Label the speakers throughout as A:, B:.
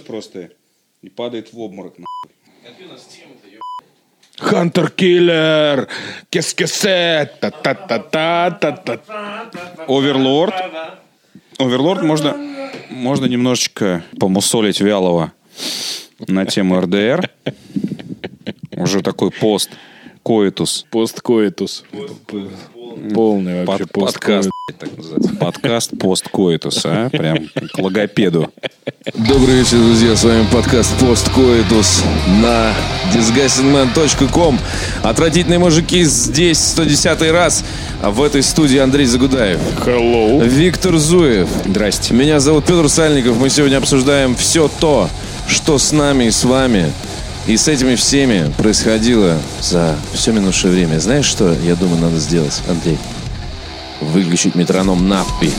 A: просто и падает в обморок, нахуй.
B: Какие у нас темы-то, ё...
C: Хантер Киллер, кес-кесе, та-та-та-та-та-та.
A: Оверлорд. Оверлорд можно немножечко помусолить вялого на тему РДР. Уже такой пост-коитус.
C: Посткоитус. Полный вообще
A: Подкаст, так называется. Подкаст пост-коитус, а? Прям к логопеду.
D: Добрый вечер, друзья. С вами подкаст «Посткоитус» на disgustingman.com. Отвратительные мужики здесь 110-й раз. А в этой студии Андрей Загудаев.
C: Hello.
D: Виктор Зуев.
A: Здрасте.
D: Меня зовут Петр Сальников. Мы сегодня обсуждаем все то, что с нами и с вами и с этими всеми происходило за все минувшее время. Знаешь, что, я думаю, надо сделать, Андрей? Выключить метроном нахуй.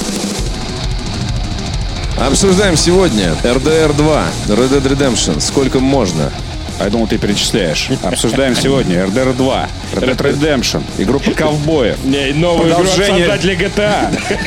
D: Обсуждаем сегодня RDR 2, Red Dead Redemption. Сколько можно?
A: Я думал, ты перечисляешь. Обсуждаем сегодня RDR 2, Red Dead Redemption, игру по ковбоев.
C: Не, новую игру от создателя GTA.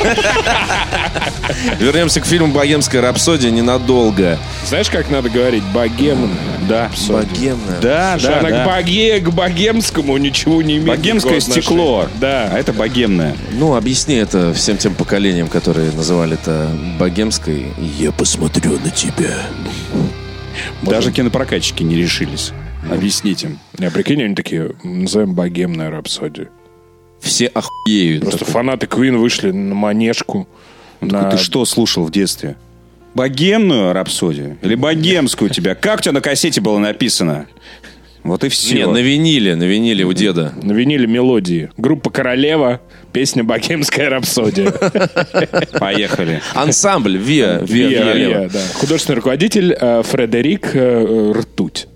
D: Вернемся к фильму «Богемская рапсодия» ненадолго.
C: Знаешь, как надо говорить? Богемная.
A: Да.
D: Богемная.
A: Да,
C: Что она к богемскому ничего не имеет.
A: Богемское стекло.
C: Да.
A: А это богемное.
D: Ну, объясни это всем тем поколениям, которые называли это богемской. Я посмотрю на тебя.
A: Даже кинопрокатчики не решились объяснить им.
C: Не, прикинь, они такие, назовем богемная рапсодия.
D: Все охуеют.
C: Просто фанаты Queen вышли на манежку.
A: Ты что слушал в детстве? Богемную рапсодию? Или богемскую тебя? Как у тебя на кассете было написано? Вот и все.
D: Нет, на виниле у деда.
C: На виниле мелодии. Группа «Королева», песня «Богемская рапсодия».
A: Поехали.
D: Ансамбль Виа,
C: да. Художественный руководитель Фредерик Ртуть.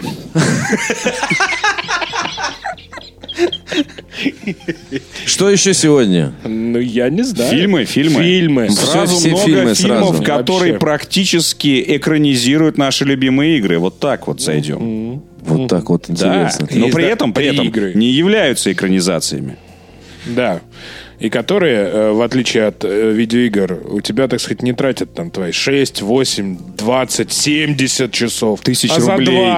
D: Что еще сегодня?
C: Ну, я не знаю.
A: Фильмы. Сразу
D: все
A: много
D: фильмы
A: фильмов,
D: сразу.
A: которые
C: Вообще.
A: практически экранизируют наши любимые игры. Вот так вот зайдем.
D: Вот так вот
A: Да.
D: интересно.
A: Но
C: Есть,
A: при
C: да,
A: этом
C: три игры.
A: не являются экранизациями.
C: Да. И которые, в отличие от видеоигр, у тебя, так сказать, не тратят там твои 6, 8, 20, 70 часов.
A: Тысяч
C: за
A: рублей.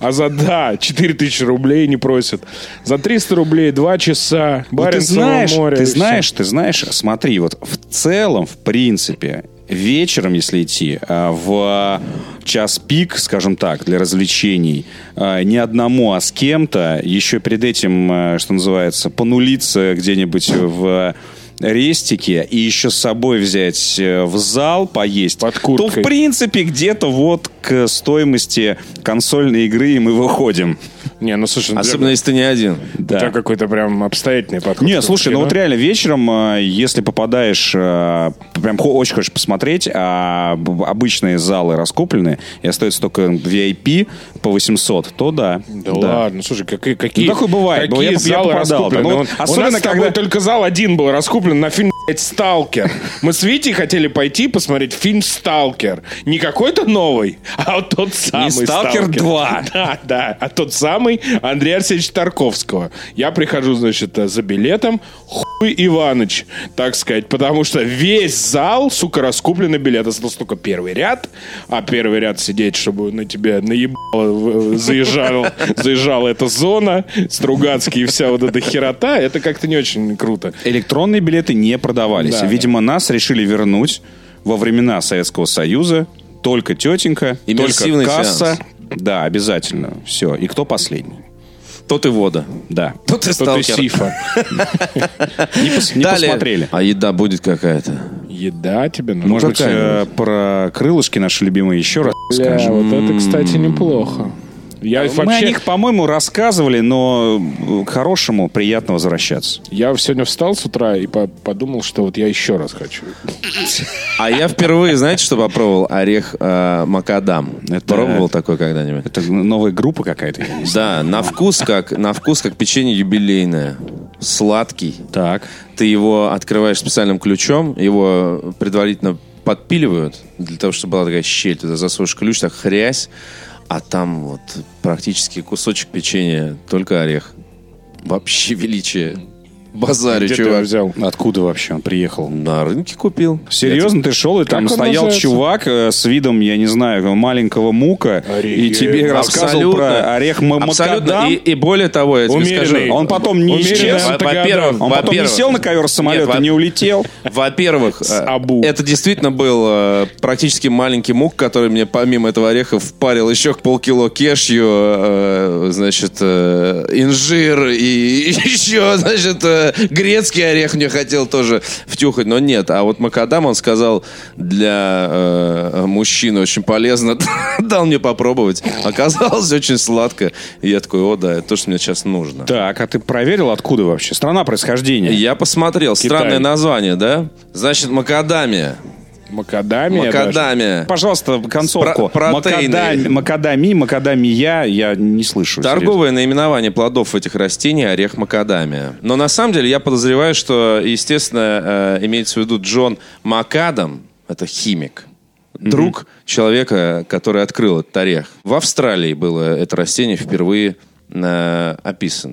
C: 4000 рублей не просят. За 300 рублей 2 часа. Баренцево море.
A: Ты знаешь, смотри, вот в целом, в принципе, вечером, если идти, в час пик, скажем так, для развлечений, не одному, а с кем-то, еще перед этим, что называется, понулиться где-нибудь в рестике и еще с собой взять в зал поесть,
C: Под курткой.
A: то, в принципе, где-то вот к стоимости консольной игры мы выходим.
C: Не, ну слушай,
D: Особенно, если ты не один.
C: у тебя какой-то прям обстоятельный подход.
A: Не, слушай,
C: к
A: ну
C: кино.
A: вот реально вечером, если попадаешь, прям очень хочешь посмотреть, а обычные залы раскуплены, и остается только VIP по 800, то да.
C: Да ладно, слушай, какие...
A: Ну, такое бывает.
C: Какие
A: Я
C: залы
A: попадал,
C: раскуплены?
A: да. Ну,
C: У
A: особенно,
C: нас с тобой
A: когда-
C: только зал один был раскуплен на фильм, блядь, «Сталкер». Мы с Витей хотели пойти посмотреть фильм «Сталкер». Не какой-то новый, а вот тот самый
A: «Сталкер 2».
C: Да, а тот самый Андрея Арсеньевича Тарковского. Я прихожу, значит, за билетом, хуй Иваныч, так сказать, потому что весь зал, сука, раскуплены билеты. Остался только первый ряд, а первый ряд сидеть, чтобы на тебя наебало заезжала эта зона, Стругацкий и вся вот эта херота, это как-то не очень круто.
A: Электронные билеты не продавались.
C: Да.
A: Видимо, нас решили вернуть во времена Советского Союза. Только тетенька, только
D: Иммерсивный
A: касса.
D: сеанс.
A: Да, обязательно. Все. И кто последний?
D: Тот и вода.
A: Да.
D: Тот и
C: Кто-то
D: сталкер.
C: сифа.
A: Не
D: Далее.
A: посмотрели.
D: А еда будет какая-то.
C: Еда тебе нужна?
A: Может быть,
D: какая-нибудь.
A: про крылышки наши любимые еще раз
C: Бля,
A: скажем.
C: вот это, кстати, неплохо. Я
A: Мы о
C: вообще...
A: них, по-моему, рассказывали, но к хорошему приятно возвращаться.
C: Я сегодня встал с утра и подумал, что вот я еще раз хочу.
D: А я впервые, знаете, что попробовал? Орех макадам.
A: Это-
D: Пробовал такой когда-нибудь?
A: Это новая группа какая-то. я не знаю.
D: Да, на вкус как печенье юбилейное. Сладкий.
A: Так.
D: Ты его открываешь специальным ключом, его предварительно подпиливают, для того, чтобы была такая щель. Туда засовываешь ключ, так хрясь, а там вот практически кусочек печенья, только орех. Вообще величие. Базарю,
C: Где ты его
D: чувак.
C: взял?
A: Откуда вообще он приехал?
D: На рынке купил.
A: Серьезно, ты шел, и там
C: он
A: стоял
C: называется?
A: чувак с видом, я не знаю, маленького мука,
C: Орехи.
A: и тебе рассказывал
D: Абсолютно.
A: про орех
D: Абсолютно.
A: макадам.
D: И более того, я тебе
C: Умеренный.
D: скажу.
A: Он потом не
C: Умеренно
A: исчез.
C: антагодан.
A: Он потом не сел на ковер с самолета,
D: Нет,
A: не улетел.
D: Во-первых,
C: Абу.
D: это действительно был практически маленький мук, который мне помимо этого ореха впарил еще полкило кешью, значит, инжир и еще, значит, грецкий орех мне хотел тоже втюхать, но нет. А вот макадам, он сказал, для мужчины очень полезно. Дал мне попробовать. Оказалось очень сладко. И я такой, о да, это то, что мне сейчас нужно.
A: Так, а ты проверил, откуда вообще? Страна происхождения.
D: Я посмотрел. Странное название, да? Значит, макадамия.
C: Макадамия.
D: Макадамия.
A: Пожалуйста, концовку.
D: Протеины.
A: Макадамия, я не слышу.
D: Торговое наименование плодов этих растений — орех макадамия. Но на самом деле я подозреваю, что, естественно, имеется в виду Джон Макадам, это химик, друг человека, который открыл этот орех. В Австралии было это растение впервые описано.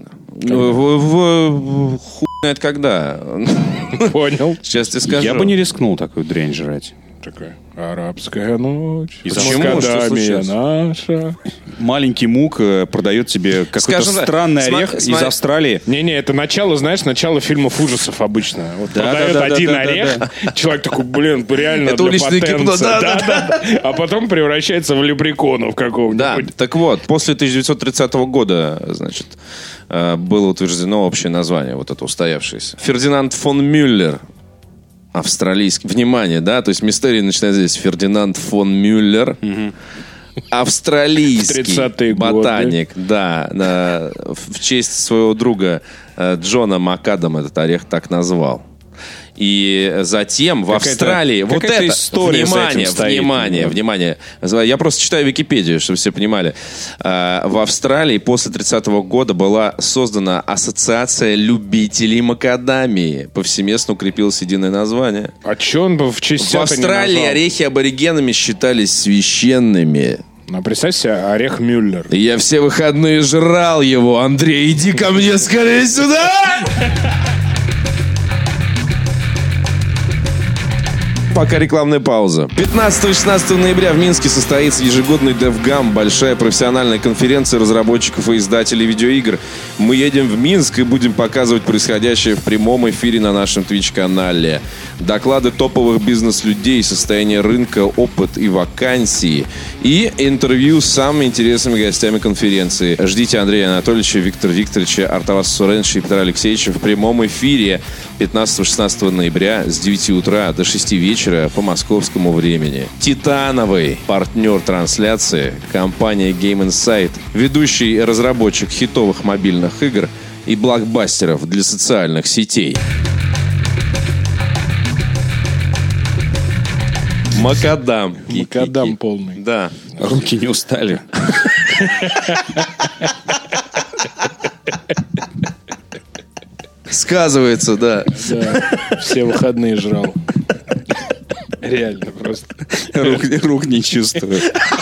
D: Хуй знает когда.
C: Понял.
D: Сейчас тебе скажу.
A: Я бы не рискнул такую дрянь жрать.
C: Такая арабская ночь.
D: Почему? Что
C: Макадамия
D: случилось?
C: наша.
A: Маленький мук продает тебе какой-то
D: Скажем так,
A: странный орех из Австралии.
C: Не-не, это начало, знаешь, начало фильмов ужасов обычно. Вот
A: Да,
C: продает
A: да, да,
C: один
A: да,
C: орех, человек такой, блин, реально
D: Это
C: для
D: уличный
C: потенции.
D: гипноз, да.
C: А потом превращается в лепреконов
D: Да,
C: какого-нибудь.
D: так вот, после 1930 года, значит, было утверждено общее название, вот это устоявшееся. Фердинанд фон Мюллер, австралийский. Внимание, да, то есть мистерий начинается здесь. Фердинанд фон Мюллер, австралийский
C: 30-е годы.
D: ботаник, да, в честь своего друга Джона Макадама этот орех так назвал. И затем в Австралии вот
A: какая-то
D: это,
A: история за этим стоит.
D: внимание. Я просто читаю Википедию, чтобы все понимали. В Австралии после 30-го года была создана ассоциация любителей макадамии. Повсеместно укрепилось единое название.
C: А че он бы в честь
D: В
C: себя-то не
D: Австралии
C: назвал?
D: орехи аборигенами считались священными.
C: Ну, представь себе, орех Мюллер.
D: И я все выходные жрал его. Андрей, иди ко мне скорее сюда! Пока рекламная пауза. 15 и 16 ноября в Минске состоится ежегодный DevGam, большая профессиональная конференция разработчиков и издателей видеоигр. Мы едем в Минск и будем показывать происходящее в прямом эфире на нашем Twitch-канале. Доклады топовых бизнес-людей, состояние рынка, опыт и вакансии. И интервью с самыми интересными гостями конференции. Ждите Андрея Анатольевича, Виктора Викторовича, Артаваса Суреновича и Петра Алексеевича в прямом эфире 15-16 ноября с 9 утра до 6 вечера по московскому времени. Титановый партнер трансляции — компания Game Insight, ведущий и разработчик хитовых мобильных игр и блокбастеров для социальных сетей. Макадам.
C: Макадам полный.
D: Да.
A: Руки не устали.
D: Сказывается, да.
C: Да, все выходные жрал. Реально просто.
A: Рук не чувствую.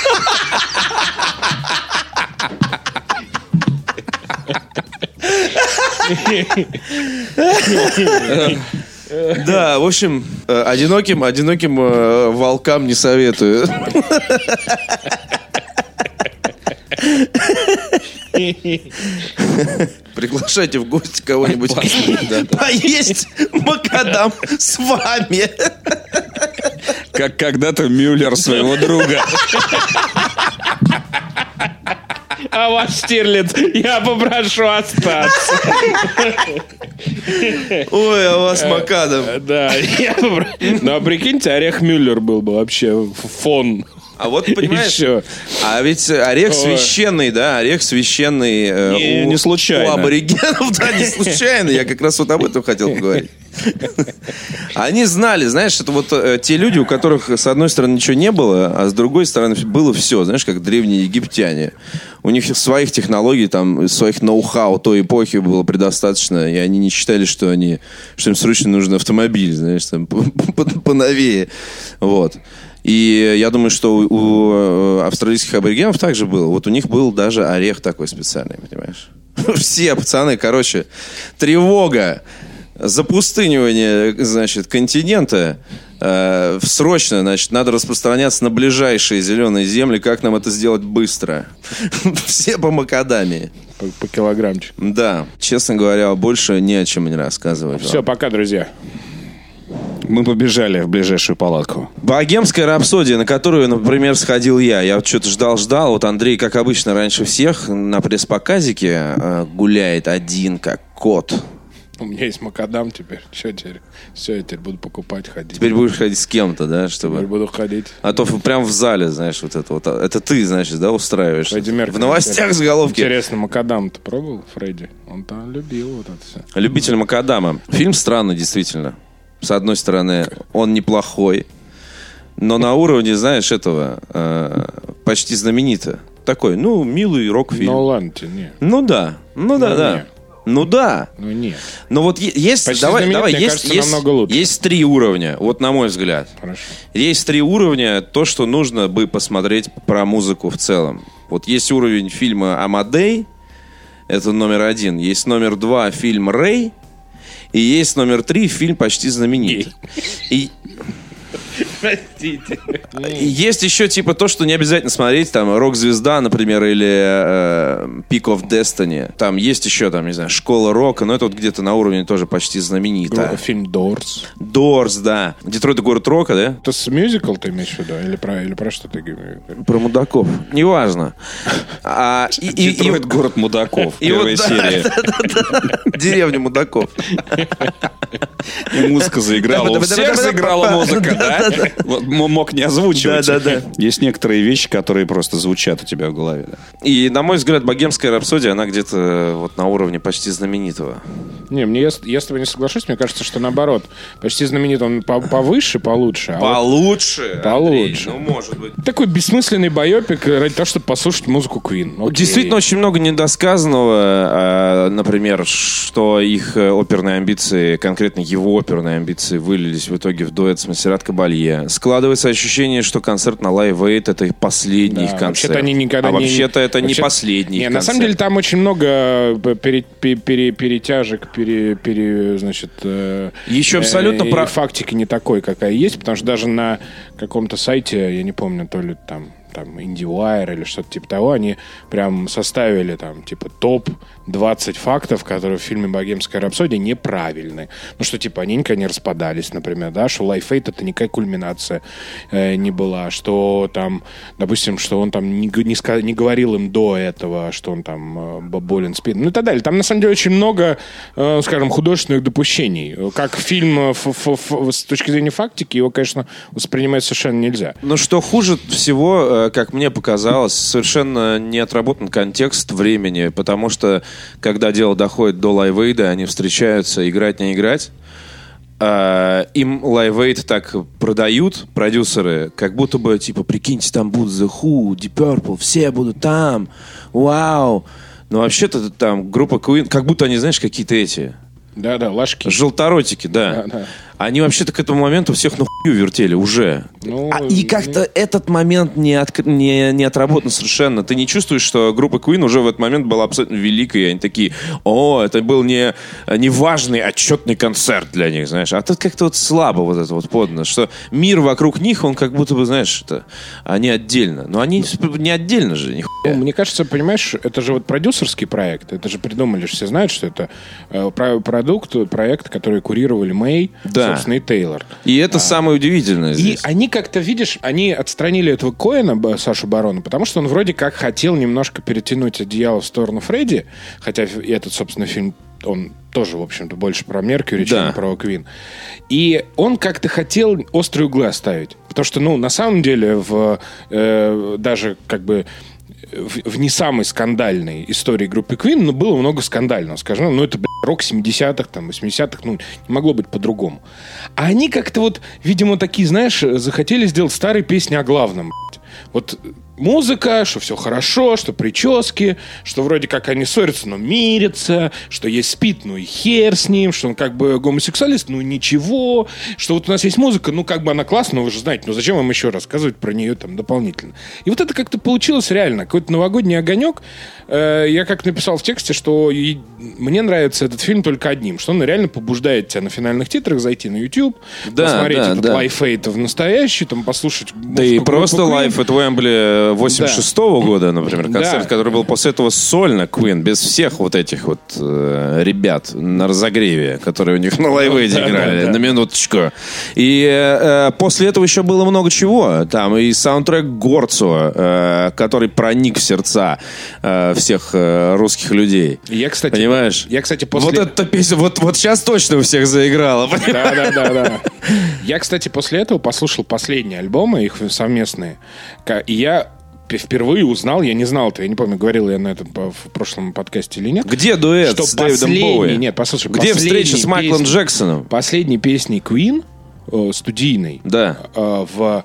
D: Да, в общем, одиноким волкам не советую. Приглашайте в гости кого-нибудь поесть макадам с вами.
A: Как когда-то Мюллер своего друга.
C: А ваш Штирлиц, я попрошу остаться.
D: Ой, а у вас макадам.
C: Да, ну а прикиньте, орех Мюллер был бы вообще фон.
D: А вот, понимаешь,
C: Еще.
D: а ведь орех священный, да, орех священный
A: Не случайно.
D: у аборигенов, да, не случайно. Я как раз вот об этом хотел поговорить. Они знали, знаешь, это вот те люди, у которых с одной стороны ничего не было, а с другой стороны было все, знаешь, как древние египтяне. У них своих технологий, там, своих ноу-хау той эпохи было предостаточно, и они не считали, что им срочно нужен автомобиль, знаешь, там, поновее. Вот. И я думаю, что у австралийских аборигенов также было. Вот у них был даже орех такой специальный, понимаешь? Все пацаны, короче, тревога. запустынивания, значит, континента, срочно, значит, надо распространяться на ближайшие зеленые земли. Как нам это сделать быстро? Все по макадамии.
C: По килограммчику.
D: Да. Честно говоря, больше ни о чем не рассказывать.
C: Все, пока, друзья.
A: Мы побежали в ближайшую палатку.
D: Богемская рапсодия, на которую, например, сходил я. Я вот что-то ждал. Вот Андрей, как обычно, раньше всех на пресс-показике гуляет один, как кот.
C: У меня есть макадам теперь. Что теперь? Все, я теперь буду покупать, ходить.
D: Теперь будешь ходить с кем-то, да? Чтобы...
C: Теперь буду ходить.
D: А то прям в зале, знаешь, вот это вот. Это ты, значит, да, устраиваешь? В новостях с головки.
C: Интересно, макадам ты пробовал, Фредди? Он там любил вот это все.
D: Любитель макадама. Фильм странный, действительно. С одной стороны, он неплохой, но на уровне, знаешь, этого почти знаменито. Такой, ну, милый рок-фильм.
C: Ну ладно тебе, нет.
D: Ну да. Ну да.
C: Нет.
D: Ну да.
C: Ну нет.
D: Но вот есть,
C: Почти
D: давай,
C: знаменит, мне
D: есть,
C: кажется, намного лучше.
D: есть 3 уровня, вот на мой взгляд.
C: Хорошо.
D: Есть 3 уровня, то, что нужно бы посмотреть про музыку в целом. Вот есть уровень фильма «Амадей», это номер 1. Есть номер 2 фильм «Рэй», и есть номер 3 фильм почти знаменитый. И...
C: Простите.
D: И есть еще типа то, что не обязательно смотреть, там «Рок-звезда», например, или «Peak of Destiny». Там есть еще, там, не знаю, «Школа рока», но это вот где-то на уровне тоже почти знаменито.
C: Фильм «Дорс».
D: «Дорс», да. «Детройт» — город рока, да?
C: Это с мюзикл ты имеешь в виду? Или про что ты говоришь?
D: Про мудаков. Неважно.
A: «Детройт — город мудаков». Первая серия.
D: Деревня мудаков.
A: И музыка заиграла. У всех заиграла музыка, да? Мог не озвучивать.
D: Да.
A: Есть некоторые вещи, которые просто звучат у тебя в голове. Да.
D: И, на мой взгляд, «Богемская рапсодия», она где-то вот на уровне почти знаменитого.
C: Не, я с тобой не соглашусь. Мне кажется, что наоборот. Почти знаменит он повыше, получше.
D: Получше?
C: Получше.
D: Ну, может быть.
C: Такой бессмысленный байопик ради того, чтобы послушать музыку Queen.
D: Действительно, очень много недосказанного. Например, что их оперные амбиции, конкретно его оперные амбиции, вылились в итоге в дуэт с Монсеррат Кабалье. Складывается ощущение, что концерт на Live Aid — это последний их концерт.
C: Вообще-то они никогда
D: вообще-то это не последний
C: концерт.
D: концерт.
C: На самом деле там очень много перетяжек, значит...
D: Еще абсолютно
C: про... фактики не такой, какая есть, потому что даже на каком-то сайте, я не помню, то ли там IndieWire или что-то типа того, они прям составили там типа топ-20 фактов, которые в фильме «Богемская рапсодия» неправильны. Ну, что типа они никогда не распадались, например, да, что Live Aid — это никакая кульминация не была, что там, допустим, что он там не говорил им до этого, что он там болен спиной, ну и так далее. Там, на самом деле, очень много, скажем, художественных допущений. Как фильм с точки зрения фактики, его, конечно, воспринимать совершенно нельзя.
D: Но что хуже всего, как мне показалось, совершенно не отработан контекст времени, потому что, когда дело доходит до Live Aid, они встречаются играть, не играть. Им Live Aid так продают, продюсеры, как будто бы, типа, прикиньте, там будут The Who, Deep Purple, все будут там, вау. Но вообще-то там группа Queen, как будто они, знаешь, какие-то эти...
C: Да, ложки.
D: Желторотики, да. Они вообще-то к этому моменту всех на хую вертели уже. И как-то этот момент не отработан совершенно. Ты не чувствуешь, что группа Queen уже в этот момент была абсолютно великой. И они такие, это был не важный отчетный концерт для них, знаешь. А тут как-то вот слабо вот это вот подано, что мир вокруг них, он как будто бы, знаешь, они отдельно. Но они не отдельно же, нихуя.
C: Мне кажется, понимаешь, это же вот продюсерский проект. Это же придумали, все знают, что это проект, который курировали Мэй, собственно, и Тейлор.
D: И это самое удивительное здесь.
C: И они как-то, видишь, они отстранили этого Коэна, Сашу Барона, потому что он вроде как хотел немножко перетянуть одеяло в сторону Фредди, хотя этот, собственно, фильм, он тоже, в общем-то, больше про Меркьюри, чем про Квин. И он как-то хотел острые углы оставить. Потому что, на самом деле, даже как бы в не самой скандальной истории группы Queen, было много скандального, скажем. Это, рок 70-х, 80-х, не могло быть по-другому. А они как-то видимо, такие, знаешь, захотели сделать старые песни о главном, вот музыка, что все хорошо, что прически, что вроде как они ссорятся, но мирятся, что есть спит, ну и хер с ним, что он как бы гомосексуалист, ну ничего, что вот у нас есть музыка, ну как бы она классная, вы же знаете, ну зачем вам еще рассказывать про нее там дополнительно. И вот это как-то получилось реально, какой-то новогодний огонек. Я как написал в тексте, что мне нравится этот фильм только одним, что он реально побуждает тебя на финальных титрах зайти на YouTube, посмотреть этот Live Aid в настоящий, там послушать
D: да и просто Live at Wembley 86-го года, например, концерт, который был после этого сольно Queen, без всех вот этих вот ребят на разогреве, которые у них на Live Aid играли, на минуточку. И после этого еще было много чего. Там и саундтрек Горцо, который проник в сердца всех русских людей.
C: Я, кстати,
D: понимаешь?
C: Я, кстати, после...
D: Вот эта песня, вот сейчас точно у всех заиграла.
C: Да. Я, кстати, после этого послушал последние альбомы, их совместные, и я впервые узнал, я не знал это, я не помню, говорил я на этом в прошлом подкасте или нет.
D: Где дуэт с Дэвидом Боуи?
C: Нет, послушай.
D: Где встреча с Майклом Джексоном?
C: Последней песней Queen, студийной,
D: да.
C: В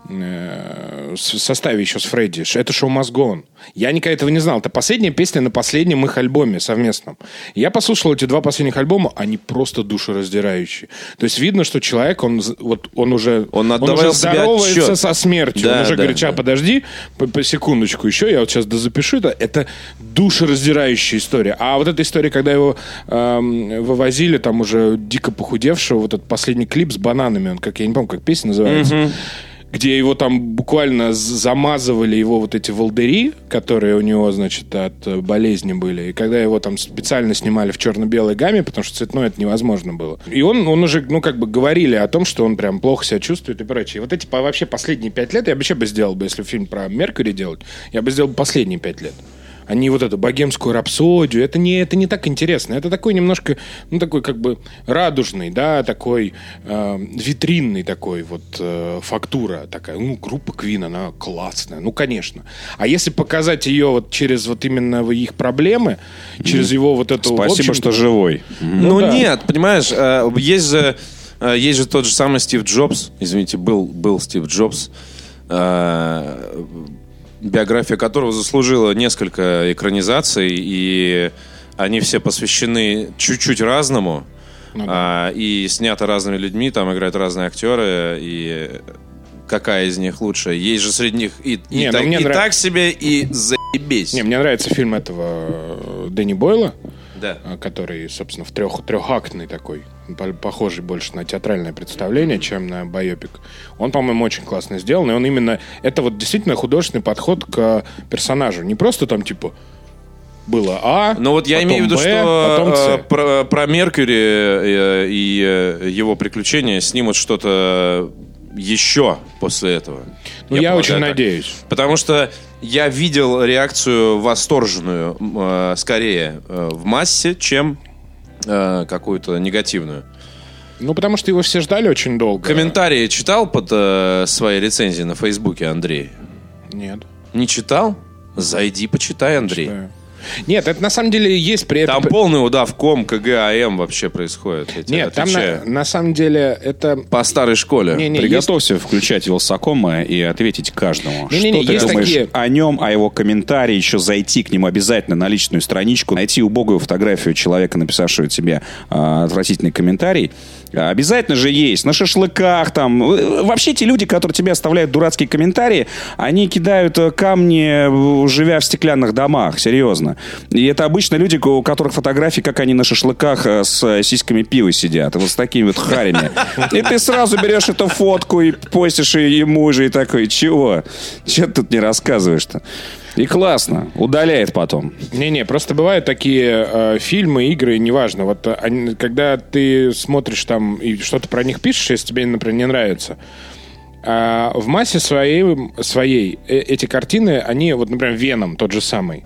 C: составе еще с Фредди. Это «Show Must Go On». Я никогда этого не знал. Это последняя песня на последнем их альбоме совместном. Я послушал эти два последних альбома, они просто душераздирающие. То есть видно, что человек, он уже здоровается со смертью. Да, он уже говорит, сейчас, подожди, по секундочку еще, я вот сейчас дозапишу это. Это душераздирающая история. А вот эта история, когда его вывозили, там уже дико похудевшего, вот этот последний клип с бананами, он, как я не помню, как песня называется, где его там буквально замазывали его вот эти волдыри, которые у него, значит, от болезни были. И когда его там специально снимали в черно-белой гамме, потому что цветной это невозможно было. И он уже, ну, как бы говорили о том, что он прям плохо себя чувствует и прочее. И вот эти вообще последние 5 лет, я бы вообще сделал бы, если фильм про Меркьюри делать, я бы сделал последние 5 лет. А не вот эту богемскую рапсодию. Это не так интересно. Это такой немножко, ну, такой как бы радужный, да, такой витринный такой вот фактура такая. Ну, группа Queen, она классная. Ну, конечно. А если показать ее вот через вот именно их проблемы, через его вот эту...
A: Спасибо, что живой.
D: Ну, да. Нет, понимаешь, есть же тот же самый Стив Джобс. Извините, был Стив Джобс. Биография которого заслужила несколько экранизаций, и они все посвящены чуть-чуть разному, и сняты разными людьми, там играют разные актеры, и какая из них лучше? Есть же среди них и так себе, и заебись.
C: Не, мне нравится фильм этого Дэнни Бойла,
D: да.
C: Который, собственно, трехактный такой, похожий больше на театральное представление, чем на байопик. Он, по-моему, очень классно сделан, и он именно... Это вот действительно художественный подход к персонажу. Не просто там, типа, было А,
D: но вот я имею в виду, что про Меркьюри и его приключения снимут что-то еще после этого.
C: Ну, я очень надеюсь.
D: Потому что я видел реакцию восторженную скорее в массе, чем какую-то негативную.
C: Ну, потому что его все ждали очень долго.
D: Комментарии читал под своей рецензией на Фейсбуке, Андрей?
C: Нет.
D: Не читал? Зайди, почитай, Андрей.
C: Читаю. Нет, это на самом деле есть при этом...
D: Там полный удав ком, КГ, вообще происходит.
C: Нет, там на самом деле это...
D: По старой школе.
A: Приготовься включать Вилсакома и ответить каждому.
C: Что ты
A: думаешь о нем, о его комментарии, еще зайти к нему обязательно на личную страничку, найти убогую фотографию человека, написавшего тебе отвратительный комментарий. Обязательно же есть. На шашлыках там. Вообще те люди, которые тебе оставляют дурацкие комментарии, они кидают камни, живя в стеклянных домах. Серьезно. И это обычно люди, у которых фотографии, как они на шашлыках с сиськами пива сидят. Вот с такими вот харями. И ты сразу берешь эту фотку и постишь ему же и такой, чего? Чего ты тут не рассказываешь-то? И классно. Удаляет потом.
C: Не-не, просто бывают такие фильмы, игры, неважно. Вот когда ты смотришь там и что-то про них пишешь, если тебе, например, не нравится, в массе своей эти картины, они, вот, например, «Веном» тот же самый.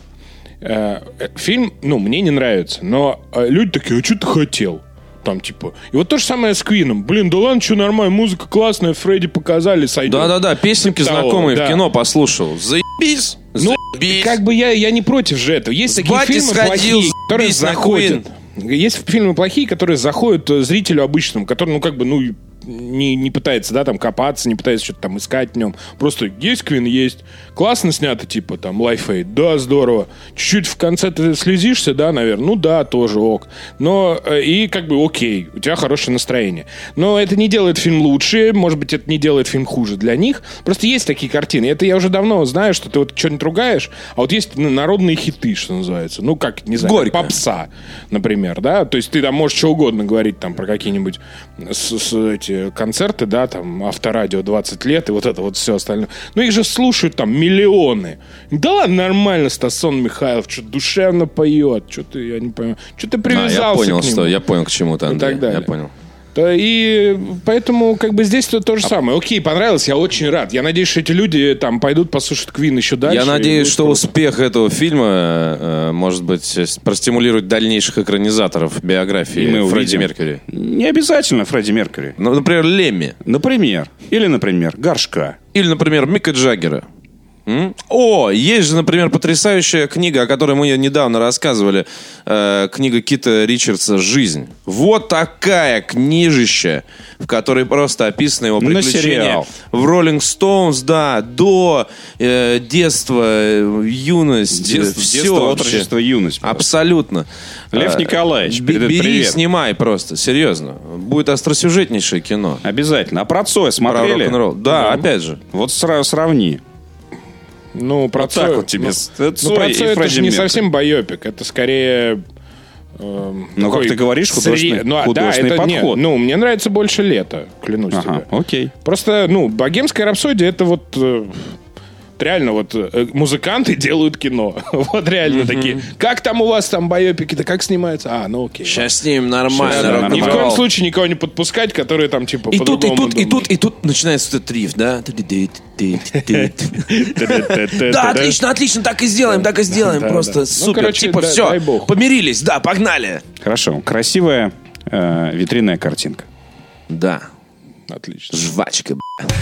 C: Фильм, ну, мне не нравится, но люди такие, а что ты хотел? Там, типа... И вот то же самое с Квином. Блин, да ладно, что нормально, музыка классная, Фредди показали, сойдет.
D: Да-да-да, песенки знакомые в кино послушал. Заебись!
C: Ну, как бы я не против же этого. Есть такие фильмы плохие, которые заходят. Есть фильмы плохие, которые заходят зрителю обычному, который, ну, как бы, ну, не пытается, да, там копаться, не пытается что-то там искать в нем. Просто есть Квин, есть. Классно снято, типа там Life Aid, да, здорово. Чуть-чуть в конце ты слезишься, да, наверное. Ну да, тоже ок. Но и как бы окей, у тебя хорошее настроение. Но это не делает фильм лучше, может быть, это не делает фильм хуже для них. Просто есть такие картины. Это я уже давно знаю, что ты вот что-нибудь ругаешь, а вот есть народные хиты, что называется. Ну, как, не знаю,
D: Горько.
C: попса, например, да. То есть ты там можешь что угодно говорить там про какие-нибудь эти концерты, да, там Авторадио 20 лет и вот это вот все остальное. Но их же слушают там миллионы. Да ладно, нормально, Стасон Михайлов, что душевно поет, что ты, я не понимаю, что ты привязался к нему.
D: Я понял к чему-то, Андрей.
C: И так далее.
D: Я понял.
C: И поэтому как бы здесь то же самое. Окей, понравилось, я очень рад. Я надеюсь, что эти люди там пойдут послушать Квин еще дальше.
D: Я надеюсь, что
C: круто.
D: успех этого фильма, может быть, простимулирует дальнейших экранизаторов биографии Фредди Меркьюри.
A: Не обязательно Фредди Меркьюри.
D: Ну, например, Лемми.
A: Например. Или, например, Горшка.
D: Или, например, Мика Джаггера. О, есть же, например, потрясающая книга, о которой мы недавно рассказывали. Книга Кита Ричардса «Жизнь». Вот такая книжища, в которой просто описаны его приключения в «Роллинг Стоунс», да, до детства, юность.
A: Детство, отрочество, юность.
D: Абсолютно.
A: Лев Николаевич,
D: бери,
A: привет.
D: Снимай просто, серьезно. Будет остросюжетнейшее кино.
A: Обязательно. А про Цоя смотрели?
D: Про рок-н-ролл. Да, опять же.
A: Вот сравни.
C: Ну, про
A: вот так вот тебе.
C: Про Цоя это же не совсем байопик, это скорее...
A: Ну, как ты говоришь, художественный подход.
C: Ну, мне нравится больше «Лето», клянусь тебе.
A: Окей.
C: Просто, «Богемская рапсодия» — это вот... Реально, вот музыканты делают кино. Вот реально такие. Как там у вас там байопики-то, как снимается? Ну окей.
D: Сейчас с ним нормально.
C: Ни в коем случае никого не подпускать, которые там типа по-другому думают.
D: И тут начинается этот риф, да? Да, отлично, так и сделаем. Просто супер. Типа все, помирились, да, погнали.
A: Хорошо, красивая витринная картинка.
D: Да.
C: Отлично.
D: Жвачка,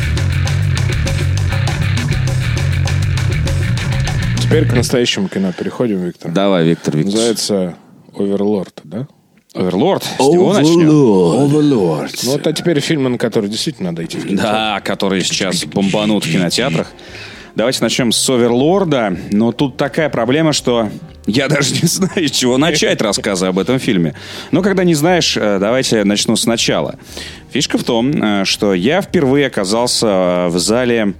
C: Теперь к настоящему кино переходим, Виктор.
D: Давай, Виктор Викторович.
C: Называется «Оверлорд», да?
A: «Оверлорд». С него начнем.
D: «Оверлорд».
C: Ну, вот, а теперь фильмы, на которые действительно надо идти в кино.
A: Да, которые сейчас бомбанут в кинотеатрах. Давайте начнем с «Оверлорда». Но тут такая проблема, что я даже не знаю, с чего начать рассказы об этом фильме. Но когда не знаешь, давайте начну сначала. Фишка в том, что я впервые оказался в зале...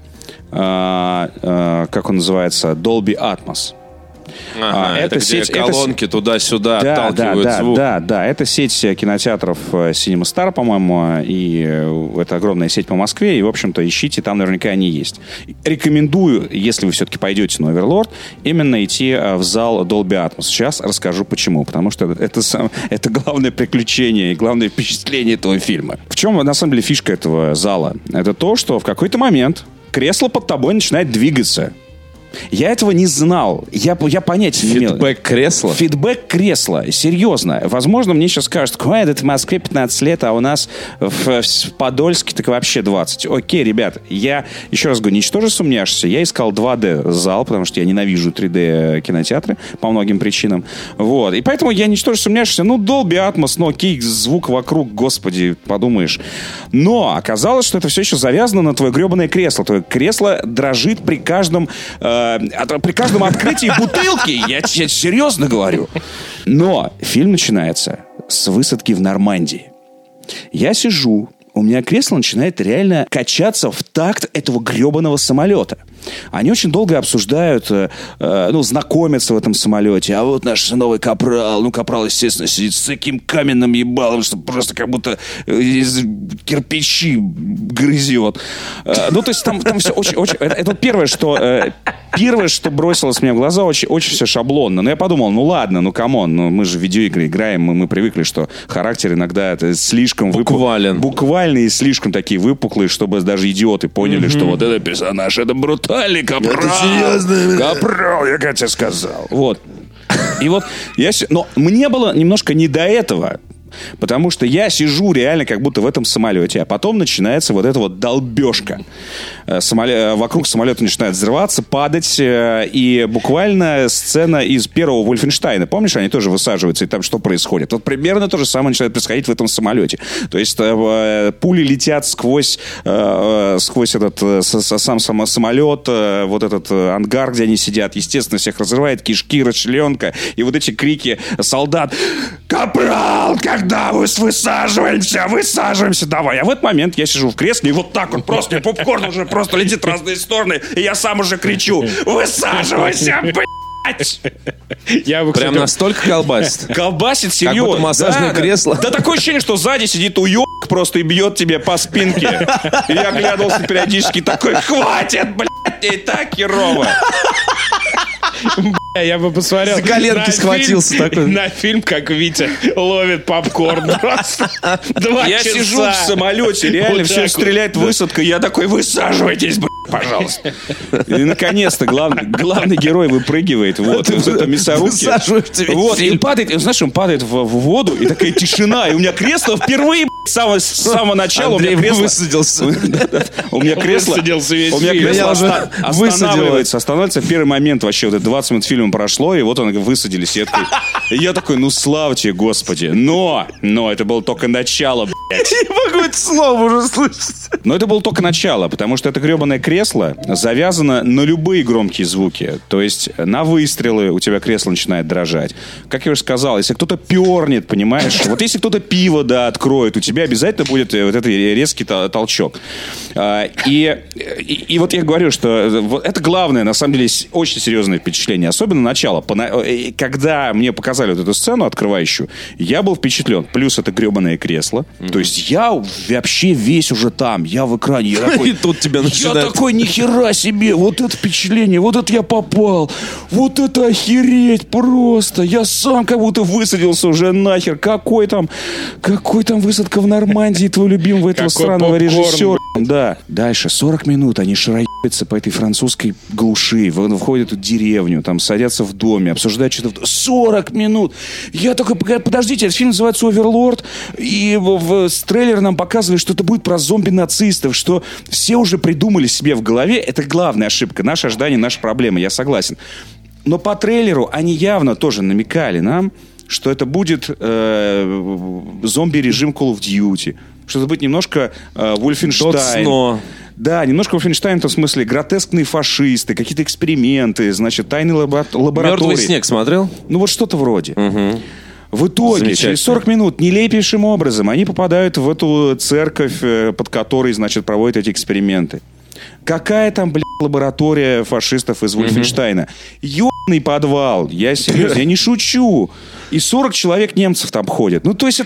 A: как он называется, Dolby Atmos.
D: Это где колонки туда-сюда отталкивают звук.
A: Да, это сеть кинотеатров Cinema Star, по-моему, и это огромная сеть по Москве, и, в общем-то, ищите, там наверняка они есть. Рекомендую, если вы все-таки пойдете на Оверлорд, именно идти в зал Dolby Atmos. Сейчас расскажу почему. Потому что это главное приключение и главное впечатление этого фильма. В чем, на самом деле, фишка этого зала? Это то, что в какой-то момент кресло под тобой начинает двигаться. Я этого не знал. Я понятия не имел.
D: Фидбэк кресла?
A: Фидбэк кресла. Серьезно. Возможно, мне сейчас скажут, это в Москве 15 лет, а у нас в Подольске так вообще 20. Окей, ребят, я еще раз говорю, ничтоже сумняшься. Я искал 2D-зал, потому что я ненавижу 3D-кинотеатры по многим причинам. Вот. И поэтому я ничтоже сумняшься. Dolby Atmos, окей, звук вокруг, господи, подумаешь. Но оказалось, что это все еще завязано на твое гребаное кресло. Твое кресло дрожит при каждом открытии бутылки. Я серьезно говорю. Но фильм начинается с высадки в Нормандии. Я сижу, у меня кресло начинает реально качаться в такт этого гребаного самолета. Они очень долго обсуждают, знакомятся в этом самолете. А вот наш новый капрал. Капрал, естественно, сидит с таким каменным ебалом, что просто как будто из кирпичи грызет. То есть там все очень... Это первое, что бросилось мне в глаза, очень все шаблонно. Но я подумал, ладно, камон, мы же в видеоигры играем, мы привыкли, что характер иногда это слишком буквально и слишком такие выпуклые, чтобы даже идиоты поняли, что вот этот персонаж, это брутальный капрал. Это серьезно. Капрал, я как тебе сказал. Вот. И вот но мне было немножко не до этого. Потому что я сижу реально как будто в этом самолете, а потом начинается вот эта вот долбежка. Вокруг самолета начинает взрываться, падать, и буквально сцена из первого Вольфенштейна. Помнишь, они тоже высаживаются, и там что происходит? Вот примерно то же самое начинает происходить в этом самолете. То есть пули летят сквозь этот сам самолет, вот этот ангар, где они сидят. Естественно, всех разрывает, кишки, расчленка. И вот эти крики солдат: «Капрал, когда вы высаживаемся, давай!» А в этот момент я сижу в кресле, и вот так вот просто попкорн уже просто летит в разные стороны, и я сам уже кричу: «Высаживайся, блядь!»
D: Прям настолько колбасит?
A: Колбасит, серьезно.
D: Как будто массажное кресло.
A: Да такое ощущение, что сзади сидит уёбок просто и бьет тебе по спинке. И я оглядывался периодически такой: «Хватит, блядь, и так херово!»
C: Я бы посмотрел.
D: За коленки схватился такой.
C: На фильм, как Витя ловит попкорн. Просто 2
A: Я
C: часа.
A: сижу в самолете, реально
C: Вот
A: все
C: так
A: стреляет высадка. Я такой: «Высаживайтесь, блядь, пожалуйста». И наконец-то главный герой выпрыгивает вот из этой мясорубки. Вот, и падает, знаешь, он падает в воду, и такая тишина. И у меня кресло впервые, блядь, с самого начала.
D: Андрей
A: у меня кресло
D: высадился.
A: У меня кресло останавливается в первый момент вообще. Вот это 20 минут фильма прошло, и вот он высадились. И я такой: «Ну, слава тебе, Господи». Но это было только начало, блядь.
D: Не могу это слово уже слышать.
A: Но это было только начало, потому что это гребаное кресло завязано на любые громкие звуки. То есть на выстрелы у тебя кресло начинает дрожать. Как я уже сказал, если кто-то пернет, понимаешь, вот если кто-то пиво, откроет, у тебя обязательно будет вот этот резкий толчок. И вот я говорю, что это главное, на самом деле, очень серьезное впечатление. Особенно начало. Когда мне показали вот эту сцену открывающую, я был впечатлен. Плюс это гребаное кресло. То есть я вообще весь уже там. Я в экране. Я такой,
D: и тут тебя начинает...
A: Я такой: «Нихера себе! Вот это впечатление! Вот это я попал! Вот это охереть просто! Я сам как будто высадился уже нахер! Какой там высадка в Нормандии твой любимый этого
C: Какой
A: сраного
C: попкорн,
A: режиссера?» Да. Дальше 40 минут они шароебятся по этой французской глуши, входят в деревню, там садятся в доме, обсуждают что-то. 40 минут! Я такой: подождите, этот фильм называется «Оверлорд», и с трейлера нам показывали, что это будет про зомби-нацистов, что все уже придумали себе в голове. Это главная ошибка. Наше ожидание, наша проблема, я согласен. Но по трейлеру они явно тоже намекали нам, что это будет зомби-режим Call of Duty, что это будет немножко Wolfenstein. Да, немножко Wolfenstein в том смысле: гротескные фашисты, какие-то эксперименты, значит, тайные лаборатории.
D: «Мертвый снег» смотрел?
A: Ну вот что-то вроде. В итоге, через 40 минут, нелепейшим образом, они попадают в эту церковь, под которой, значит, проводят эти эксперименты. Какая там, блядь, лаборатория фашистов из Вольфенштейна? Ёбаный подвал. Я серьезно, я не шучу. И 40 человек немцев там ходят. Ну, то есть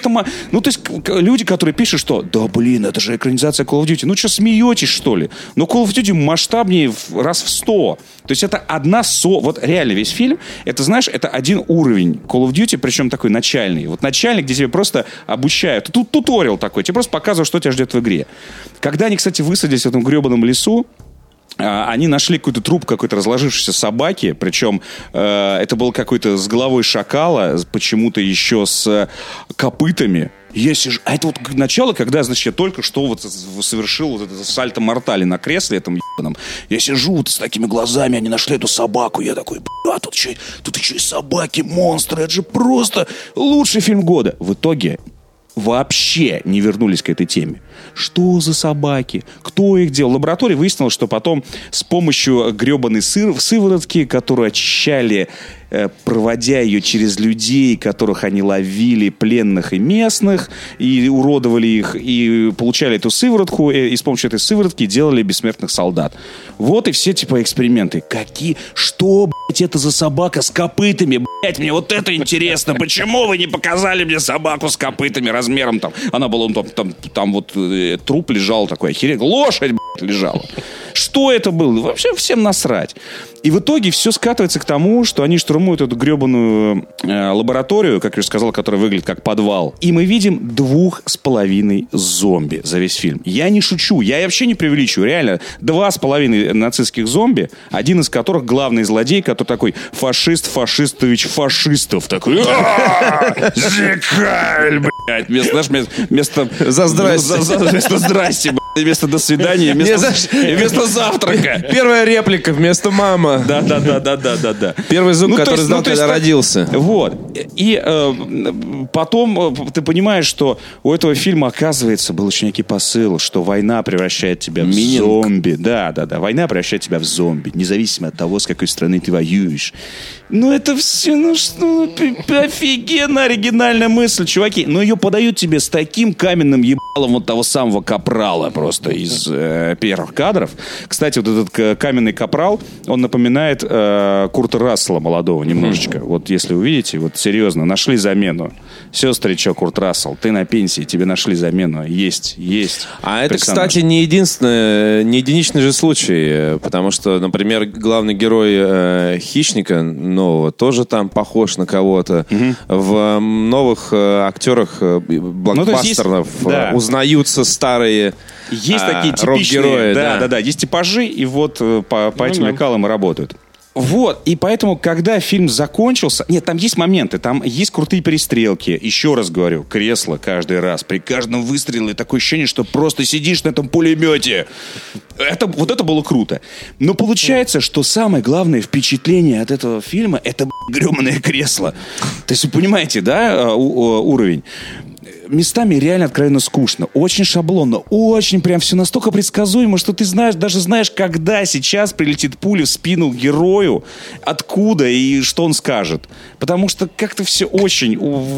A: люди, которые пишут, что да, блин, это же экранизация Call of Duty. Ну, что, смеетесь, что ли? Но Call of Duty масштабнее раз в 100. То есть это вот реально весь фильм, это, знаешь, это один уровень Call of Duty, причем такой начальный. Вот начальный, где тебе просто обучают. Тут туториал такой, тебе просто показывают, что тебя ждет в игре. Когда они, кстати, высадились в этом гребаном лесу, они нашли какой-то труп какой-то разложившейся собаки, причем это был какой-то с головой шакала, почему-то еще с копытами. Я сижу, а это вот начало, когда, значит, я только что вот совершил вот это сальто-мортале на кресле этом ебаном. Я сижу вот с такими глазами, они нашли эту собаку, я такой: тут еще и собаки, монстры, это же просто лучший фильм года. В итоге вообще не вернулись к этой теме. Что за собаки? Кто их делал? В лаборатории выяснилось, что потом с помощью гребаной сыворотки, которую очищали, проводя ее через людей, которых они ловили, пленных и местных, и уродовали их, и получали эту сыворотку, и с помощью этой сыворотки делали бессмертных солдат. Вот и все типа эксперименты. Что, блядь, это за собака с копытами? Блядь, мне вот это интересно. Почему вы не показали мне собаку с копытами размером там? Она была, там вот труп лежал такой, охереть. Лошадь, блядь, лежала. Что это было? Вообще всем насрать. И в итоге все скатывается к тому, что они штурмуют эту гребаную лабораторию, как я уже сказал, которая выглядит как подвал. И мы видим 2,5 зомби за весь фильм. Я не шучу, я вообще не преувеличиваю. Реально, 2,5 нацистских зомби, один из которых главный злодей, который такой фашистович фашистов. Такой: Зикайль, блядь. блядь, вместо
D: За здрасте.
A: Вместо здрасте, блядь, вместо до свидания, вместо завтрака.
D: Первая реплика вместо мама.
A: Да.
D: Первый звук, который знал, когда родился.
A: Вот. И потом ты понимаешь, что у этого фильма, оказывается, был еще некий посыл, что война превращает тебя в зомби. Да. Война превращает тебя в зомби, независимо от того, с какой страны ты воюешь. Ну, это все, офигенно оригинальная мысль, чуваки. Но ее подают тебе с таким каменным ебалом вот того самого капрала просто из первых кадров. Кстати, вот этот каменный капрал, он напоминает Курта Рассела молодого немножечко. Вот если увидите, вот серьезно, нашли замену. Сестричок Курт Рассел, ты на пенсии, тебе нашли замену. Есть.
D: А это,
A: персонаж.
D: кстати, не единичный же случай, потому что, например, главный герой «Хищника» нового тоже там похож на кого-то. В новых актерах блокбастеров узнаются старые
A: есть такие типичные
D: рок-герои.
A: Да, есть типажи, и вот по этим лекалам и работают. Вот, и поэтому, когда фильм закончился... Нет, там есть моменты, там есть крутые перестрелки. Еще раз говорю, кресло каждый раз. При каждом выстреле такое ощущение, что просто сидишь на этом пулемете. Вот это было круто. Но получается, что самое главное впечатление от этого фильма — это гребаное кресло. То есть вы понимаете, да, уровень? Местами реально откровенно скучно. Очень шаблонно. Очень прям все настолько предсказуемо, что ты даже знаешь, когда сейчас прилетит пуля в спину герою, откуда и что он скажет. Потому что как-то все очень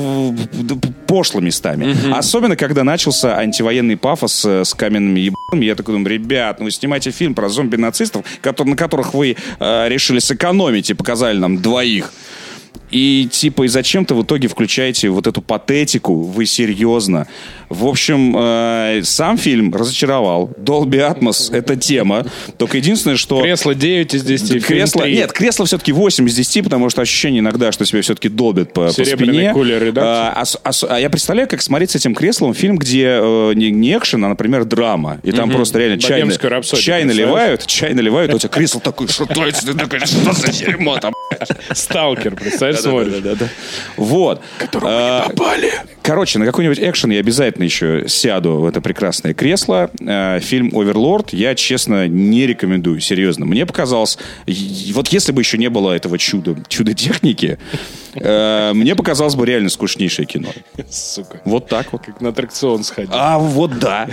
A: пошло местами. Особенно, когда начался антивоенный пафос с каменными ебаными. Я такой думаю, ребят, вы снимаете фильм про зомби-нацистов, на которых вы решили сэкономить и показали нам двоих. И зачем-то в итоге включаете вот эту патетику, вы серьезно. В общем, сам фильм разочаровал. Dolby Atmos — это тема. Только единственное, что...
C: Кресло 9 из 10.
A: Нет, кресло все-таки 8 из 10, потому что ощущение иногда, что тебя все-таки долбят по спине.
C: Кулеры, да?
A: А я представляю, как смотреть с этим креслом фильм, где не экшен, а, например, драма. И там просто реально чай наливают, у тебя кресло такое шатается, ты такой, что за дерьмо там?
C: Сталкер, представляешь, смотришь?
A: Да. Вот.
C: Которого не попали.
A: Короче, на какой-нибудь экшен я обязательно еще сяду в это прекрасное кресло. Фильм «Оверлорд» я, честно, не рекомендую. Серьезно. Мне показалось... Вот если бы еще не было этого чудо-техники, мне показалось бы реально скучнейшее кино.
C: Сука.
A: Вот так вот.
C: Как на аттракцион сходить.
A: Вот да.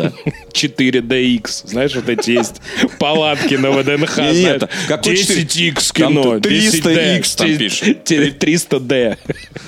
C: 4DX. Знаешь, вот эти есть палатки на ВДНХ.
A: Нет,
C: 10X кино.
A: 300X там пишет.
C: 300D.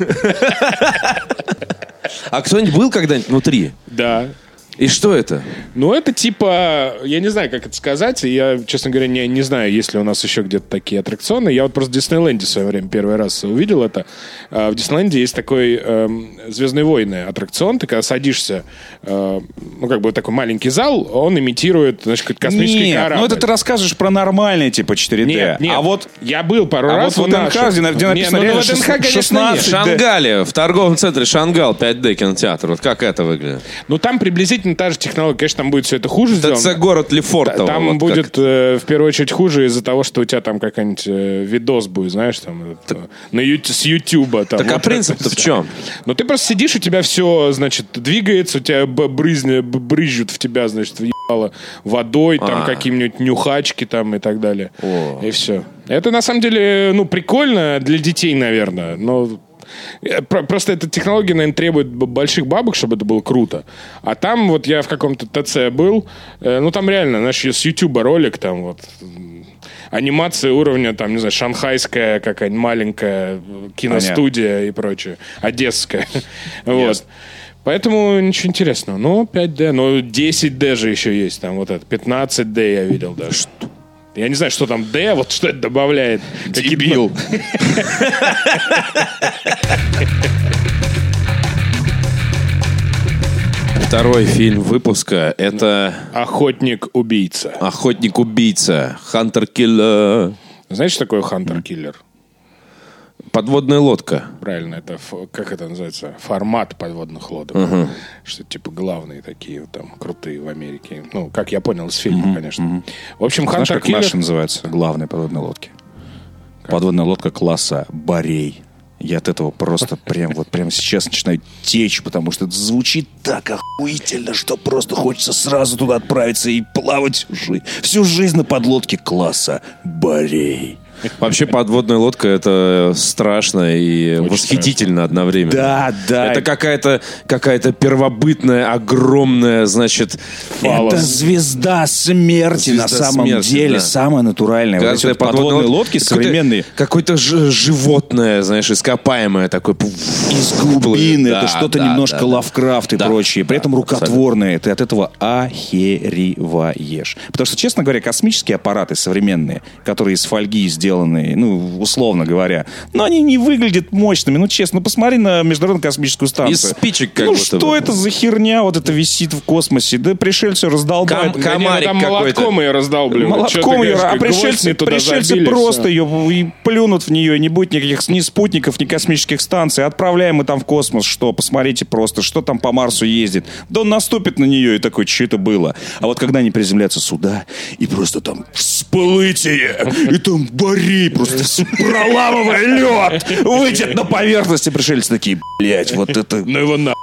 D: А кто-нибудь был когда-нибудь внутри?
C: Да.
D: И что это?
C: Ну, это типа... Я не знаю, как это сказать. Я, честно говоря, не знаю, есть ли у нас еще где-то такие аттракционы. Я вот просто в Диснейленде в свое время первый раз увидел это. В Диснейленде есть такой «Звездные войны» аттракцион. Ты когда садишься, такой маленький зал, он имитирует, значит, космический корабль.
A: Ну, это ты рассказываешь про нормальный типа 4D.
C: Нет.
A: А вот
C: я был пару раз
A: вот в ВДНХ, где написано реально 16D.
D: В Шангале, в торговом центре Шангал 5D кинотеатр. Вот как это выглядит?
C: Ну, там приблизительно та же технология. Конечно, там будет все это хуже сделано.
D: Это город Лефортово.
C: Там вот будет, в первую очередь, хуже из-за того, что у тебя там какой-нибудь видос будет, знаешь, там, с Ютуба.
D: Так, а принцип-то в чем?
C: Ну, ты просто сидишь, у тебя все, значит, двигается, у тебя брызжут в тебя, значит, въебало водой, там, какие-нибудь нюхачки там и так далее. И все. Это, на самом деле, прикольно для детей, наверное, но... Просто эта технология, наверное, требует больших бабок, чтобы это было круто. А там вот я в каком-то ТЦ был, там реально, знаешь, с Ютуба ролик, там вот анимация уровня, там, не знаю, шанхайская какая-нибудь маленькая киностудия и прочее, одесская. Вот. Поэтому ничего интересного. 5D, 10D же еще есть, там вот это, 15D я видел даже. Я не знаю, что там D, вот что это добавляет.
A: Дебил.
D: Второй фильм выпуска — это...
C: «Охотник-убийца».
D: «Охотник-убийца». «Хантер-киллер».
C: Знаешь, что такое «Хантер-киллер»?
D: Подводная лодка.
C: Правильно, это, как это называется, формат подводных лодок. Что типа главные такие там крутые в Америке. Ну, как я понял из фильма, конечно. В общем,
A: знаешь, как
C: «Хантер-киллер».
A: наши называются главные подводные лодки? Как? Подводная лодка класса «Борей». Я от этого просто прямо сейчас начинаю течь, потому что это звучит так охуительно, что просто хочется сразу туда отправиться и плавать всю жизнь на подлодке класса Борей.
D: Вообще подводная лодка — это страшно и очень восхитительно одновременно.
A: Да.
D: Это какая-то первобытная, огромная, значит,
A: Это звезда смерти на самом деле,
D: да.
A: самая натуральная. Вот эти вот подводные лодки современные.
D: Какое-то животное, знаешь, ископаемое такое.
A: Из глубины.
D: Да,
A: Это что-то
D: да,
A: немножко
D: да,
A: Лавкрафт и прочее. При этом рукотворное. Ты от этого охереваешь. Потому что, честно говоря, космические аппараты современные, которые из фольги сделаны, условно говоря, но они не выглядят мощными. Честно, посмотри на Международную космическую станцию.
D: Из спичек как будто
A: что
D: бы.
A: это за херня вот это висит в космосе? Да пришельцы раздолбают.
D: Комарик
C: там молотком ее раздалбливают.
A: Молотком ее, а пришельцы просто ее и плюнут в нее, не будет никаких ни спутников, ни космических станций. Отправляем мы там в космос, что? Посмотрите просто, что там по Марсу ездит. Да он наступит на нее и такой, что это было? А вот когда они приземлятся сюда, и просто там всплытие, и там Борей просто проламывая лед, выйдет на поверхность, и пришельцы такие, блять, вот это...
C: Ну его на.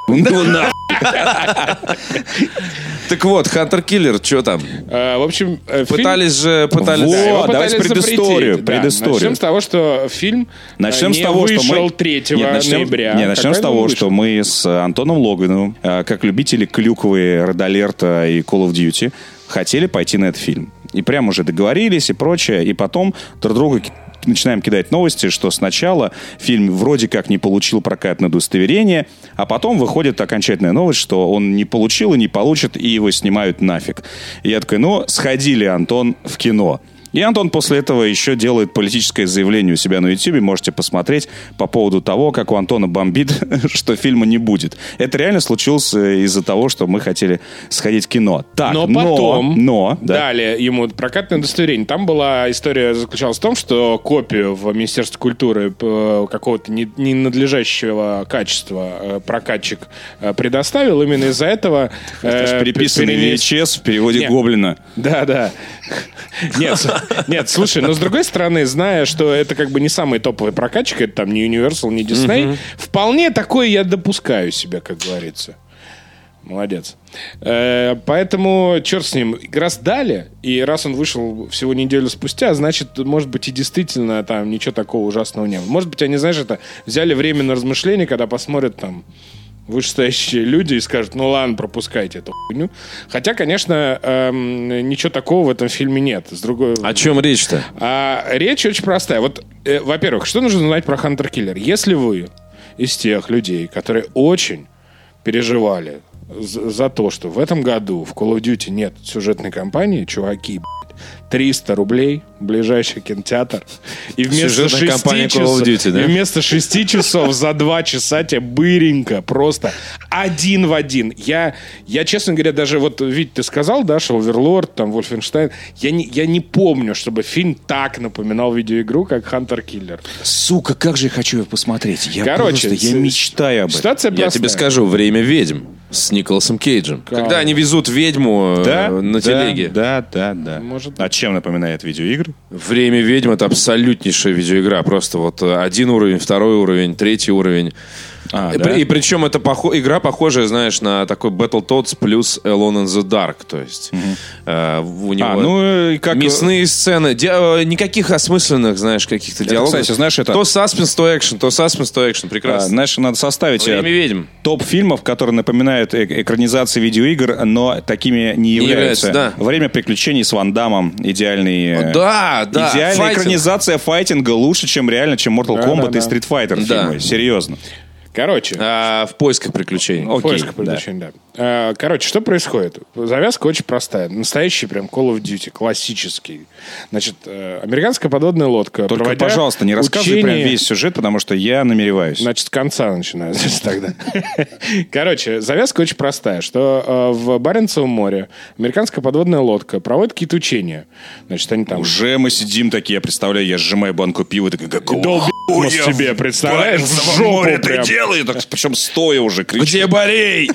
D: Так вот, Хантер-киллер, что там?
C: В общем,
D: Пытались.
A: Вот, давайте предысторию.
C: Начнем с того, что фильм
A: Начнем
C: не
A: с того, что
C: вышел
A: мы...
C: 3 ноября.
A: Начнем с того, что мы с Антоном Логвиновым, как любители клюквы, Red Alert и Call of Duty, хотели пойти на этот фильм. И прям уже договорились и прочее. И потом друг другу начинаем кидать новости, что сначала фильм вроде как не получил прокатное удостоверение, а потом выходит окончательная новость, что он не получил и не получит, и его снимают нафиг. И я такой, сходили, Антон, в кино. И Антон после этого еще делает политическое заявление у себя на YouTube. Можете посмотреть по поводу того, как у Антона бомбит, что фильма не будет. Это реально случилось из-за того, что мы хотели сходить в кино.
C: Но потом
A: да.
C: дали ему прокатное удостоверение. Там была история, заключалась в том, что копию в Министерстве культуры какого-то ненадлежащего качества прокатчик предоставил. Именно из-за этого...
A: Переписанный VHS в переводе Гоблина.
C: Да. Нет, слушай, но с другой стороны, зная, что это как бы не самый топовый прокатчик, это там не Universal, не Disney, вполне такое я допускаю себя, как говорится. Молодец. Поэтому, черт с ним, раз дали, и раз он вышел всего неделю спустя, значит, может быть, и действительно там ничего такого ужасного не было. Может быть, они, знаешь, это взяли время на размышление, когда посмотрят там вышестоящие люди и скажут, ладно, пропускайте эту хуйню. Хотя, конечно, ничего такого в этом фильме нет.
D: О чем речь-то?
C: Речь очень простая. Вот, во-первых, что нужно знать про Хантер-киллер? Если вы из тех людей, которые очень переживали за то, что в этом году в Call of Duty нет сюжетной кампании, чуваки, 300 рублей, ближайший кинотеатр. И вместо 6 часов за 2 часа тебе быренько, просто один в один. Я, честно говоря, даже вот, Вить, ты сказал, да, что Оверлорд, там, Вольфенштейн, я не помню, чтобы фильм так напоминал видеоигру, как Хантер-киллер.
A: Сука, как же я хочу его посмотреть. Я мечтаю об этом.
C: Ситуация простая.
D: Я тебе скажу, «Время ведьм» с Николасом Кейджем. Когда они везут ведьму на телеге.
A: Да. А чем напоминает видеоигры?
D: «Время ведьм» — это абсолютнейшая видеоигра. Просто вот один уровень, второй уровень, третий уровень. И причем эта игра похожая, знаешь, на такой Battletoads плюс Alone in the Dark. То есть у него мясные сцены. Никаких осмысленных, знаешь, каких-то диалогов.
A: Кстати, знаешь, это...
D: То саспенс, то экшен, то саспенс, то экшен. Прекрасно.
A: Знаешь, надо составить топ фильмов, которые напоминают экранизации видеоигр, но такими не являются.
D: Да.
A: «Время приключений» с Ван Даммом. Идеальная экранизация файтинга лучше, чем реально, чем Mortal Kombat и Street Fighter фильмы. Серьезно.
C: Короче.
D: В поисках приключений.
C: В поисках приключений, да. Короче, что происходит? Завязка очень простая. Настоящий прям Call of Duty, классический. Значит, американская подводная лодка.
A: Только, пожалуйста, не рассказывай прям весь сюжет, потому что я намереваюсь.
C: Значит, с конца начинаю тогда. Короче, завязка очень простая, что в Баренцевом море американская подводная лодка проводит какие-то учения. Значит, они там...
A: Уже мы сидим такие, я представляю, я сжимаю банку пива, такой, какого
C: тебе, представляешь? В жопу прям.
A: Причем стоя уже кричит.
C: Где Борей?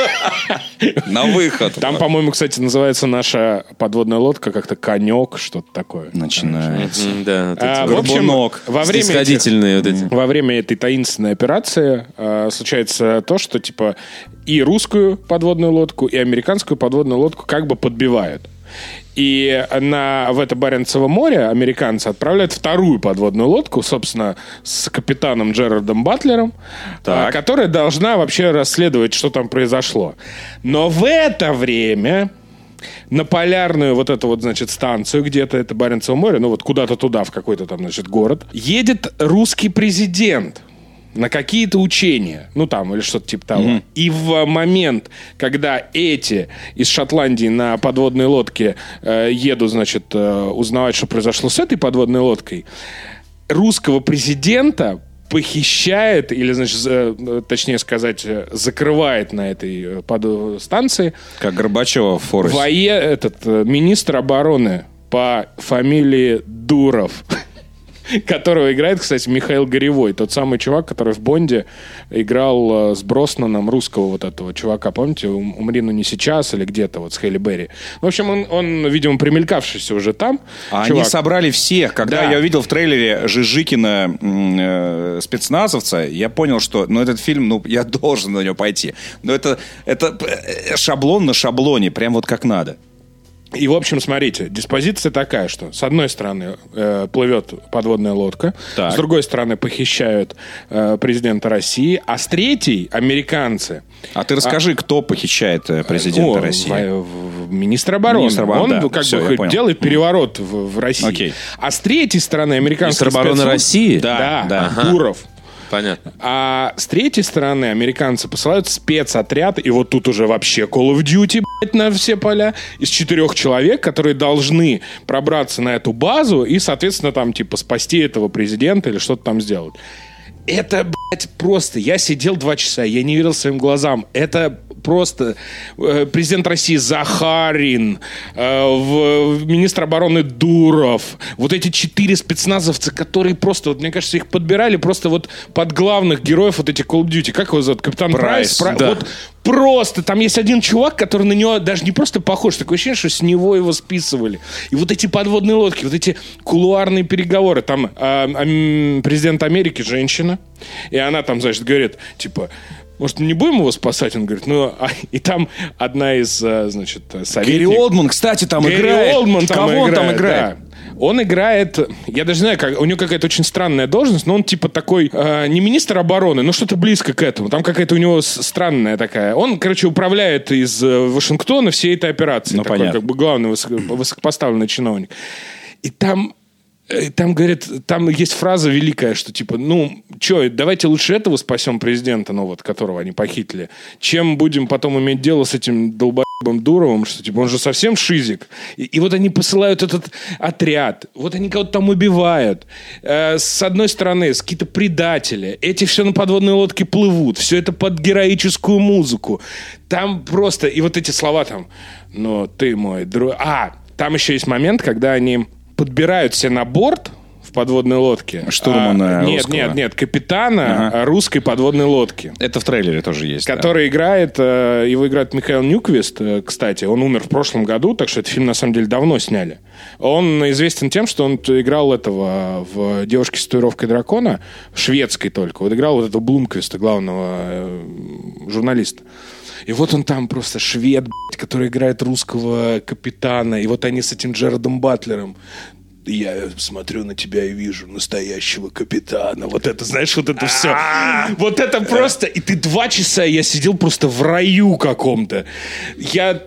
A: На выход.
C: Там, по-моему, кстати, называется наша подводная лодка как-то «Конек», что-то такое.
A: Начинается.
D: Да,
C: В общем,
D: снисходительные вот эти.
C: во время этой таинственной операции случается то, что типа и русскую подводную лодку, и американскую подводную лодку как бы подбивают. И в это Баренцево море американцы отправляют вторую подводную лодку, собственно, с капитаном Джерардом Батлером, которая должна вообще расследовать, что там произошло. Но в это время на полярную вот эту вот, значит, станцию, где-то это Баренцево море, ну вот куда-то туда, в какой-то там, значит, город, едет русский президент на какие-то учения, ну там, или что-то типа того. Mm-hmm. И в момент, когда эти из Шотландии на подводной лодке едут, значит, узнавать, что произошло с этой подводной лодкой, русского президента похищает, или, значит, точнее сказать, закрывает на этой станции.
A: Как Горбачева в Форесте.
C: Министр обороны по фамилии Дуров. Которого играет, кстати, Михаил Горевой. Тот самый чувак, который в «Бонде» играл с Броснаном русского вот этого чувака. Помните? «Умри, но не сейчас» или где-то вот с Хейли Берри. В общем, он, видимо, примелькавшийся уже там.
A: А
C: чувак.
A: Они собрали всех. Когда я увидел в трейлере Жижикина спецназовца, я понял, что этот фильм, я должен на него пойти. Но это шаблон на шаблоне, прям вот как надо.
C: И, в общем, смотрите, диспозиция такая, что с одной стороны плывет подводная лодка,
A: так.
C: С другой стороны похищают президента России, а с третьей американцы.
A: А ты расскажи, кто похищает президента России?
C: Министр обороны. Он делает переворот в России.
A: Окей.
C: А с третьей стороны американский
D: Министр обороны России?
C: Да. Дуров.
D: Понятно.
C: А с третьей стороны американцы посылают спецотряд, и вот тут уже вообще Call of Duty, на все поля, из 4 человек, которые должны пробраться на эту базу и, соответственно, там, типа, спасти этого президента или что-то там сделать. Это, просто... Я сидел 2 часа, я не верил своим глазам. Это просто... Президент России Захарин, министр обороны Дуров, вот эти 4 спецназовца, которые просто, вот, мне кажется, их подбирали просто вот под главных героев вот этих Call of Duty. Как его зовут? Капитан Прайс?
A: Да.
C: Вот просто там есть один чувак, который на него даже не просто похож, такое ощущение, что с него его списывали. И вот эти подводные лодки, вот эти кулуарные переговоры. Там президент Америки женщина, и она там, значит, говорит, типа... Может, не будем его спасать? Он говорит, и там одна из, значит, советников...
A: Гэри Олдман, кстати, там играет.
C: Гэри Олдман там
A: Кого он там играет?
C: Да. Он играет, я даже не знаю, у него какая-то очень странная должность, но он типа такой, не министр обороны, но что-то близко к этому. Там какая-то у него странная такая. Он, короче, управляет из Вашингтона всей этой операцией. Такой,
A: понятно.
C: как бы главный высокопоставленный чиновник. И там, говорит, там есть фраза великая, что типа, давайте лучше этого спасем президента, которого они похитили, чем будем потом иметь дело с этим долбоебом Дуровым, что типа он же совсем шизик. И вот они посылают этот отряд, вот они кого-то там убивают. С одной стороны, какие-то предатели. Эти все на подводной лодке плывут. Все это под героическую музыку. Там просто, и вот эти слова там, ты мой друг. Там еще есть момент, когда они подбирают все на борт в подводной лодке.
A: Штурмана русского.
C: Нет, капитана русской подводной лодки.
A: Это в трейлере тоже есть.
C: Который играет, его играет Михаил Нюквист, кстати. Он умер в прошлом году, так что этот фильм на самом деле давно сняли. Он известен тем, что он играл этого в «Девушке с татуировкой дракона», шведской только. Вот играл вот этого Блумквиста, главного журналиста. И вот он там просто швед, который играет русского капитана. И вот они с этим Джерардом Батлером. Я смотрю на тебя и вижу настоящего капитана. Вот это, знаешь, вот это все. Вот это просто... И ты 2 часа, я сидел просто в раю каком-то. Я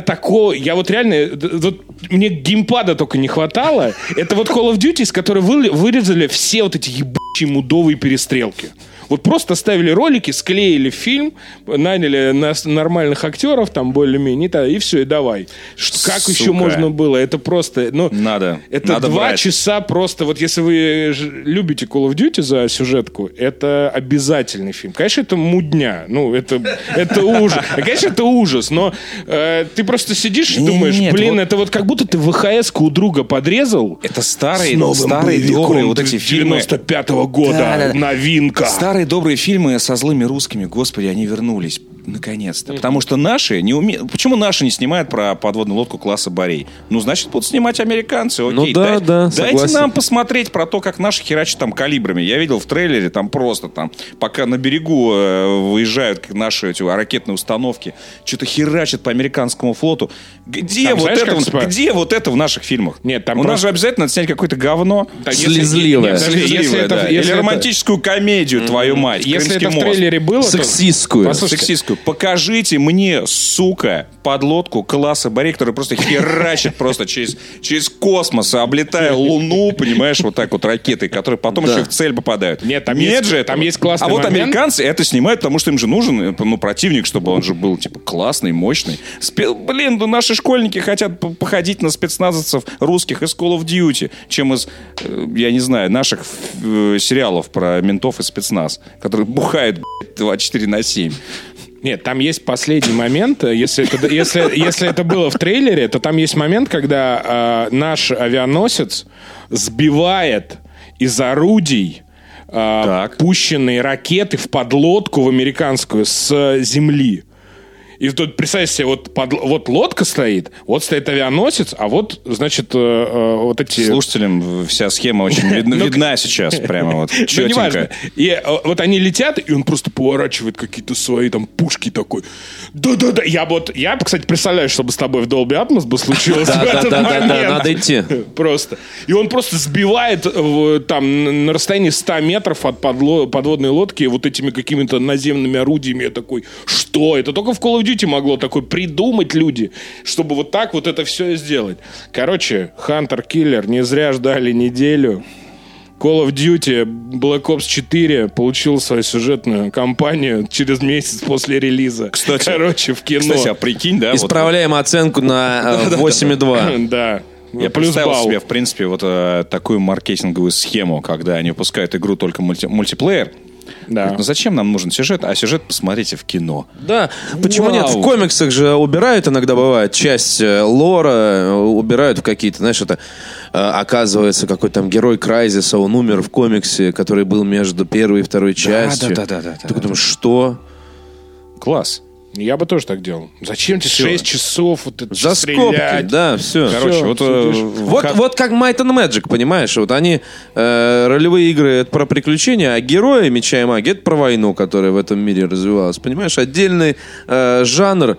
C: вот реально... Вот мне геймпада только не хватало. Это вот Call of Duty, с которой вырезали все вот эти ебучие мудовые перестрелки. Вот просто ставили ролики, склеили фильм, наняли нормальных актеров, там более-менее, и все, и давай. Как еще можно было? Это просто...
A: Надо
C: 2
A: брать.
C: часа просто... Вот если вы любите Call of Duty за сюжетку, это обязательный фильм. Конечно, это мудня. Это ужас. Конечно, это ужас, но ты просто сидишь и думаешь, это вот как будто ты ВХС-ку у друга подрезал.
A: Это старые добрые вот эти фильмы
C: 95-го года. Новинка.
A: Старые добрые фильмы со злыми русскими, господи, они вернулись. Наконец-то. Потому что наши не умеют... Почему наши не снимают про подводную лодку класса Борей? Значит, будут снимать американцы. Окей, дайте
D: согласен.
A: нам посмотреть про то, как наши херачат там калибрами. Я видел в трейлере, там просто пока на берегу выезжают наши эти ракетные установки, что-то херачат по американскому флоту. Где
C: там,
A: где вот это в наших фильмах?
C: Нет, там
A: У нас же обязательно надо снять какое-то говно.
D: Слезливое.
A: Или романтическую комедию, твою мать.
C: Если это в
A: «Крымский мост».
C: трейлере было,
D: Сексистскую.
A: Сексистскую. Покажите мне, сука, подлодку класса Борей, которая просто херачит просто через космос, облетая Луну, понимаешь, вот так вот ракетой, которые потом еще в цель попадают.
C: Нет, там есть классный
A: момент.
C: момент.
A: Американцы это снимают, потому что им же нужен противник, чтобы он же был типа классный, мощный. Наши школьники хотят походить на спецназовцев русских из Call of Duty, чем из, я не знаю, наших сериалов про ментов и спецназ, которые бухают 24/7.
C: Нет, там есть последний момент. Если это было в трейлере, то там есть момент, когда наш авианосец сбивает из орудий пущенные ракеты в подлодку в американскую с земли. И тут, представьте себе, вот лодка стоит, вот стоит авианосец, а вот, значит, вот эти...
A: Слушателям вся схема очень видна сейчас, прямо вот четенько.
C: Неважно. И вот они летят, и он просто поворачивает какие-то свои там пушки такой. Да-да-да. Я, кстати, представляю, чтобы с тобой в Dolby Atmos бы случилось в этот момент.
D: Да, надо идти.
C: Просто. И он просто сбивает там на расстоянии 100 метров от подводной лодки вот этими какими-то наземными орудиями. Я такой, что? Это только в Call of Duty могло такое придумать люди, чтобы вот так вот это все сделать. Короче, Hunter Killer не зря ждали неделю. Call of Duty Black Ops 4 получил свою сюжетную кампанию через месяц после релиза.
A: Кстати,
C: в кино.
A: Кстати, а прикинь, да?
D: Исправляем оценку на 8,2.
C: Да.
A: Я представил себе, в принципе, вот такую маркетинговую схему, когда они выпускают игру только мультиплеер.
C: Да.
A: Ну зачем нам нужен сюжет? А сюжет посмотрите в кино.
D: Да, почему нет? В комиксах же убирают иногда, бывает, часть лора, убирают в какие-то, знаешь, это оказывается какой-то там герой Крайзиса, он умер в комиксе, который был между первой и второй частью.
A: Да.
D: Ты думаешь, что?
A: Класс.
C: Я бы тоже так делал. Зачем тебе 6 часов вот это
D: за скобки, да, все.
A: Короче,
D: вот как Might and Magic, понимаешь? Вот они ролевые игры это про приключения, а герои Меча и Магии это про войну, которая в этом мире развивалась. Понимаешь, отдельный жанр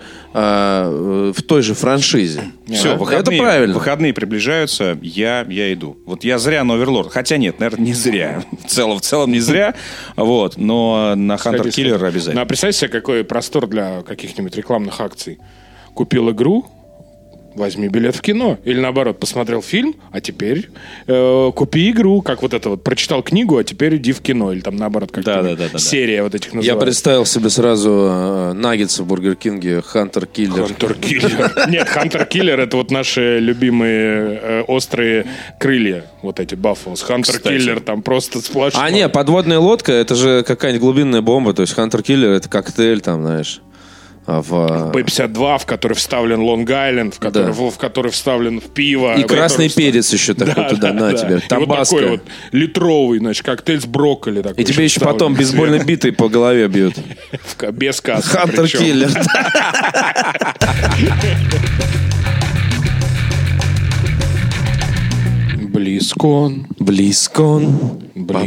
D: в той же франшизе.
A: Все,
D: это правильно.
A: Выходные приближаются, я иду. Вот я зря на Оверлорд. Хотя нет, наверное, не зря. В целом не зря. Вот, но на Hunter Killer обязательно.
C: Ну, а представь себе, какой простор для каких-нибудь рекламных акций. Купил игру, возьми билет в кино. Или наоборот, посмотрел фильм, а теперь купи игру. Как вот это вот, прочитал книгу, а теперь иди в кино. Или там наоборот, как серия вот этих называется.
D: Я представил себе сразу наггетсы в Бургер Кинге, Hunter Killer.
C: Hunter Killer. Нет, Hunter Killer это вот наши любимые острые крылья. Вот эти Buffalo's. Hunter Killer там просто сплошной.
D: А не, подводная лодка, это же какая-нибудь глубинная бомба. То есть Hunter Killer это коктейль там, знаешь. В
C: Б-52, в который вставлен Лонг-Айленд, в который вставлен в пиво.
D: И красный перец еще такой туда, на тебе.
C: Табаско. И вот такой вот литровый, значит, коктейль с брокколи. Такой,
D: и тебе еще потом бейсбольной битой по голове бьют.
C: Без кассы.
D: Hunter Killer. Близкон.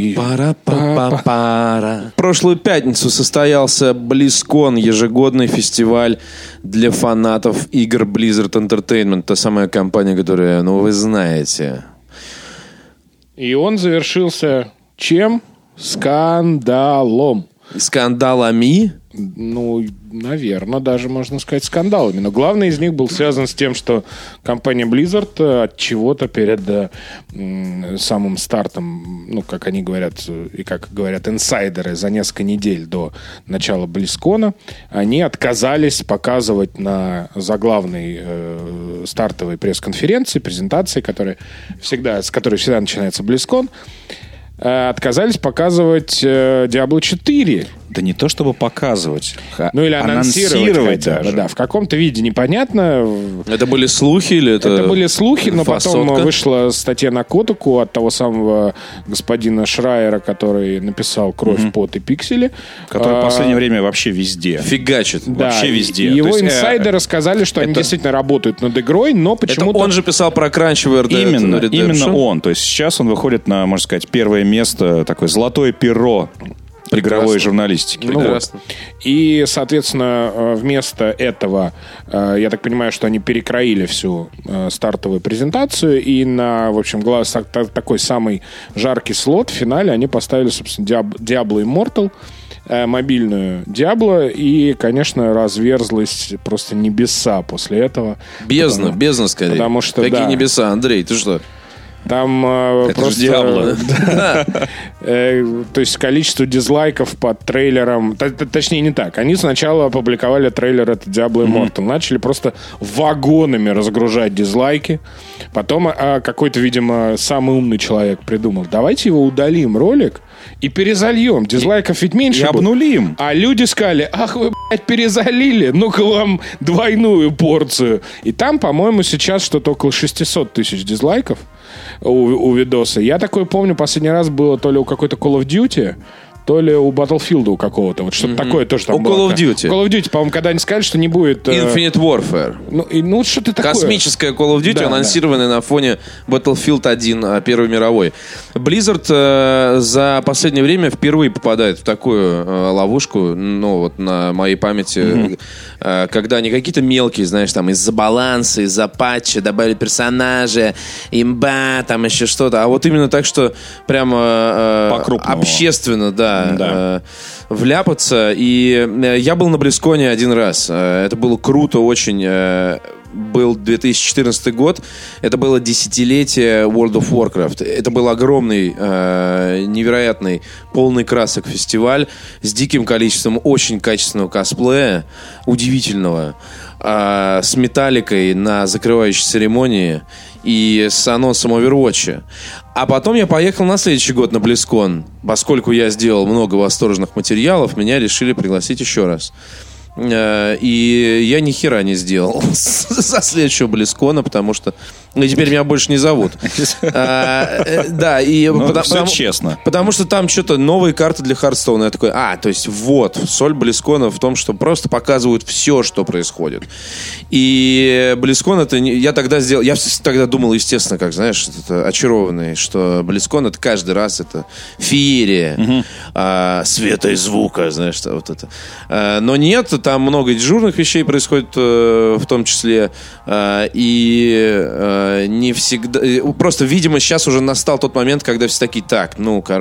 D: В прошлую пятницу состоялся BlizzCon, ежегодный фестиваль для фанатов игр Blizzard Entertainment, та самая компания, которая, вы знаете.
C: И он завершился чем? Скандалом.
D: Скандалами?
C: Ну, наверное, даже можно сказать скандалами. Но главный из них был связан с тем, что компания Blizzard от чего-то перед самым стартом, ну, как они говорят, и как говорят инсайдеры, за несколько недель до начала BlizzCon, они отказались показывать на заглавной стартовой пресс-конференции, презентации, с которой всегда начинается BlizzCon, отказались показывать Diablo 4.
A: Да не то чтобы показывать,
C: ну или анонсировать
A: даже.
C: Да, в каком-то виде непонятно.
D: Это были слухи или это...
C: Это были слухи, но
D: фасовка?
C: потом вышла статья на Котаку от того самого господина Шрайера, который написал «Кровь, пот и пиксели».
A: Который в последнее время вообще везде.
D: Фигачит.
C: Да,
A: Вообще везде.
C: И его
A: То есть,
C: инсайдеры сказали, что они действительно работают над игрой, но почему-то...
D: Это он же писал про Crunch
A: Именно он. То есть сейчас он выходит на, можно сказать, первое место, такое золотое перо игровой журналистики.
C: Ну, вот. И, соответственно, вместо этого, я так понимаю, что они перекроили всю стартовую презентацию, и на, в общем, такой самый жаркий слот в финале они поставили, собственно, Diablo Immortal, мобильную Diablo, и, конечно, разверзлась просто небеса после этого.
D: Бездна скорее.
C: Потому что,
D: какие
C: да.
D: небеса, Андрей, ты что?
C: Там
A: Это
C: просто...
A: же Diablo.
C: То есть количество дизлайков под трейлером... Точнее, не так. Они сначала опубликовали трейлер от Diablo Immortal. Начали просто вагонами разгружать дизлайки. Потом какой-то, видимо, самый умный человек придумал: давайте его удалим, ролик, и перезальем. Дизлайков ведь меньше
A: И обнулим.
C: А люди сказали: ах вы, блядь, перезалили, ну-ка вам двойную порцию. И там, по-моему, сейчас что-то около 600 тысяч дизлайков у видоса. Я такое помню, последний раз было то ли у какой-то Call of Duty, то ли у Battlefield у какого-то. Вот что-то такое тоже там было.
D: У Call of Duty.
C: Call of Duty, по-моему, когда они сказали, что не будет...
D: Infinite Warfare.
C: Ну что-то такое.
D: Космическая Call of Duty,
C: Да,
D: анонсированная на фоне Battlefield 1 Первой мировой. Blizzard за последнее время впервые попадает в такую ловушку, ну вот на моей памяти, когда они какие-то мелкие, знаешь, там из-за баланса, из-за патча добавили персонажа, имба, там еще что-то. А вот именно так, что прямо общественно, да, вляпаться. И я был на BlizzCon один раз. Это было круто, очень. Был 2014 год. Это было десятилетие World of Warcraft. Это был огромный, невероятный, полный красок фестиваль с диким количеством очень качественного косплея, удивительного, с металликой на закрывающей церемонии и с анонсом Overwatch. А потом я поехал на следующий год на BlizzCon. Поскольку я сделал много восторженных материалов, меня решили пригласить еще раз. И я ни хера не сделал со следующего BlizzCon, потому что теперь меня больше не зовут. Да, и
A: все честно.
D: Потому что там что-то новые карты для Хардстоуна. Я такой, то есть вот, соль BlizzCon в том, что просто показывают все, что происходит. И BlizzCon это... Я тогда думал, естественно, как, знаешь, это очарованный, что BlizzCon это каждый раз это феерия, света и звука, знаешь, вот это. Но нет, там много дежурных вещей происходит в том числе. И не всегда... Просто, видимо, сейчас уже настал тот момент, когда все такие: так,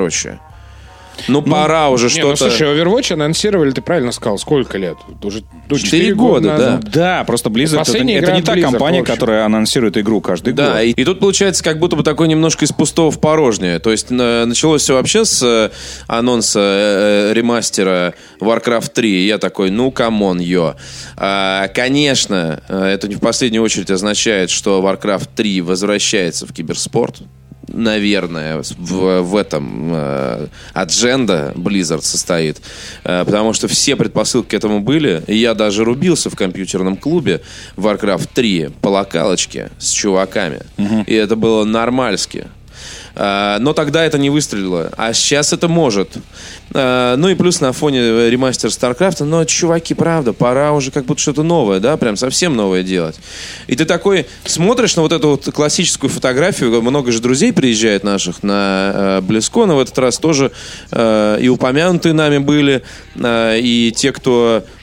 D: пора уже что-то...
C: слушай, Overwatch анонсировали, ты правильно сказал, сколько лет? Уже
D: 4 года, да.
A: Да, просто Blizzard это не та компания, которая анонсирует игру каждый год.
D: Да, и тут получается как будто бы такой немножко из пустого в порожнее. То есть началось все вообще с анонса ремастера Warcraft 3. И я такой, камон, Конечно, это не в последнюю очередь означает, что Warcraft 3 возвращается в киберспорт. Наверное, в этом адженда Blizzard состоит. Потому что все предпосылки к этому были. И я даже рубился в компьютерном клубе Warcraft 3 по локалочке с чуваками. И это было нормальски. Но тогда это не выстрелило. А сейчас это может. Ну и плюс на фоне ремастера StarCraft. Но, чуваки, правда, пора уже как будто что-то новое, да, прям совсем новое делать. И ты такой смотришь на вот эту вот классическую фотографию. Много же друзей приезжает наших на BlizzCon. В этот раз тоже и упомянутые нами были, и те, кто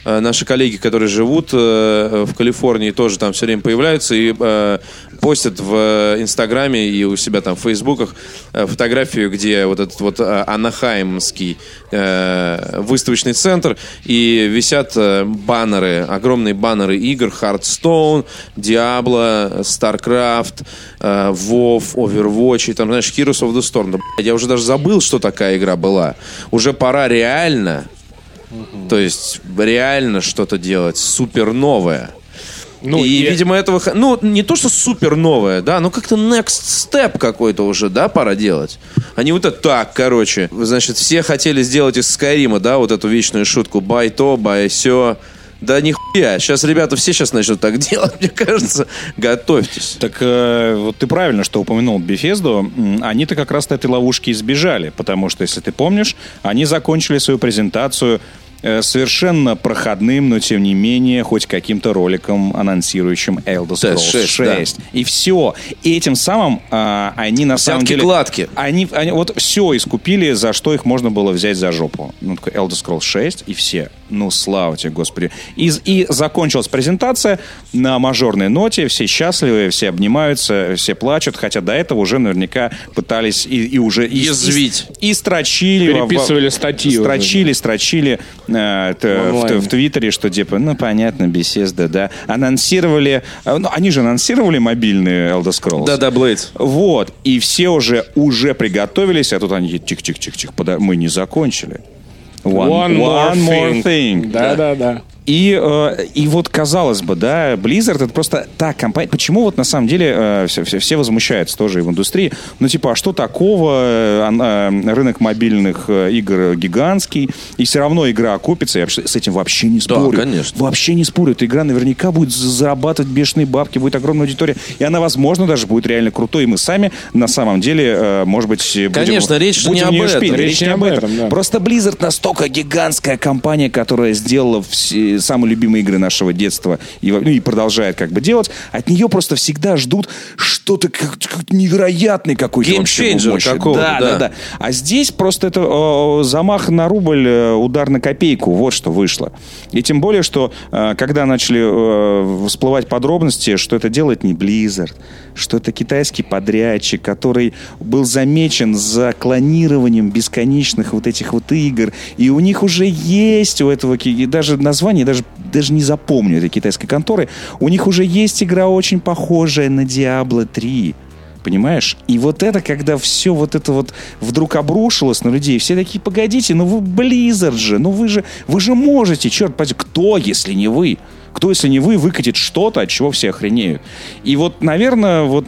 D: наши коллеги, которые живут в Калифорнии, тоже там все время появляются и постят в Инстаграме и у себя там в Фейсбуках фотографию, где вот этот вот Анахаймский выставочный центр, и висят баннеры, огромные баннеры игр Hearthstone, Diablo, StarCraft, WoW, Overwatch, и там, знаешь, Heroes of the Storm. Да, блядь, я уже даже забыл, что такая игра была. Уже пора реально, то есть реально что-то делать супер новое. Ну, видимо, этого... Ну, не то, что супер новое, да, но как-то next step какой-то уже, да, пора делать. Они вот это так, короче. Значит, все хотели сделать из Скайрима, да, вот эту вечную шутку. Бай то, бай сё. Да нихуя. Сейчас ребята все сейчас начнут так делать, мне кажется. Готовьтесь.
A: Так вот ты правильно, что упомянул Bethesda. Они-то как раз этой ловушки избежали. Потому что, если ты помнишь, они закончили свою презентацию совершенно проходным, но тем не менее хоть каким-то роликом, анонсирующим Elder Scrolls 6. Да. И все. И этим самым они на самом деле...
D: Гладки.
A: Они вот все искупили, за что их можно было взять за жопу. Ну, такой Elder Scrolls 6 и все. Ну, слава тебе, Господи. И закончилась презентация на мажорной ноте. Все счастливы, все обнимаются, все плачут. Хотя до этого уже наверняка пытались и уже...
D: Язвить.
A: И строчили.
C: Переписывали статьи.
A: Строчили в Твиттере, что типа, ну, понятно, Bethesda, да. Анонсировали... Ну, они же анонсировали мобильный Elder Scrolls.
D: Да, Blade.
A: Вот. И все уже приготовились, а тут они тихо, мы не закончили. One more thing.
C: Да.
A: И вот, казалось бы, да, Blizzard — это просто та компания... Почему вот на самом деле все возмущаются тоже и в индустрии? Ну, типа, а что такого? Рынок мобильных игр гигантский, и все равно игра окупится. Я с этим вообще не спорю.
D: Да, конечно.
A: Вообще не спорю. Эта игра наверняка будет зарабатывать бешеные бабки, будет огромная аудитория, и она, возможно, даже будет реально крутой. И мы сами, на самом деле, может быть,
D: конечно, речь не об этом.
A: Речь не об этом. Да. Просто Blizzard настолько гигантская компания, которая сделала самые любимые игры нашего детства и продолжает как бы делать, от нее просто всегда ждут что-то невероятный какой-то
D: геймчейнджер какого-то.
A: Да. А здесь просто это замах на рубль, удар на копейку. Вот что вышло. И тем более, что когда начали всплывать подробности, что это делает не Blizzard, что это китайский подрядчик, который был замечен за клонированием бесконечных вот этих вот игр, и у них уже есть у этого, и даже название, даже не запомню этой китайской конторы, у них уже есть игра очень похожая на Diablo 3. Понимаешь? И вот это, когда все вот это вот вдруг обрушилось на людей, все такие, погодите, ну вы Blizzard же, ну вы же можете, черт возьми, кто, если не вы? Кто, если не вы, выкатит что-то, от чего все охренеют? И вот, наверное, вот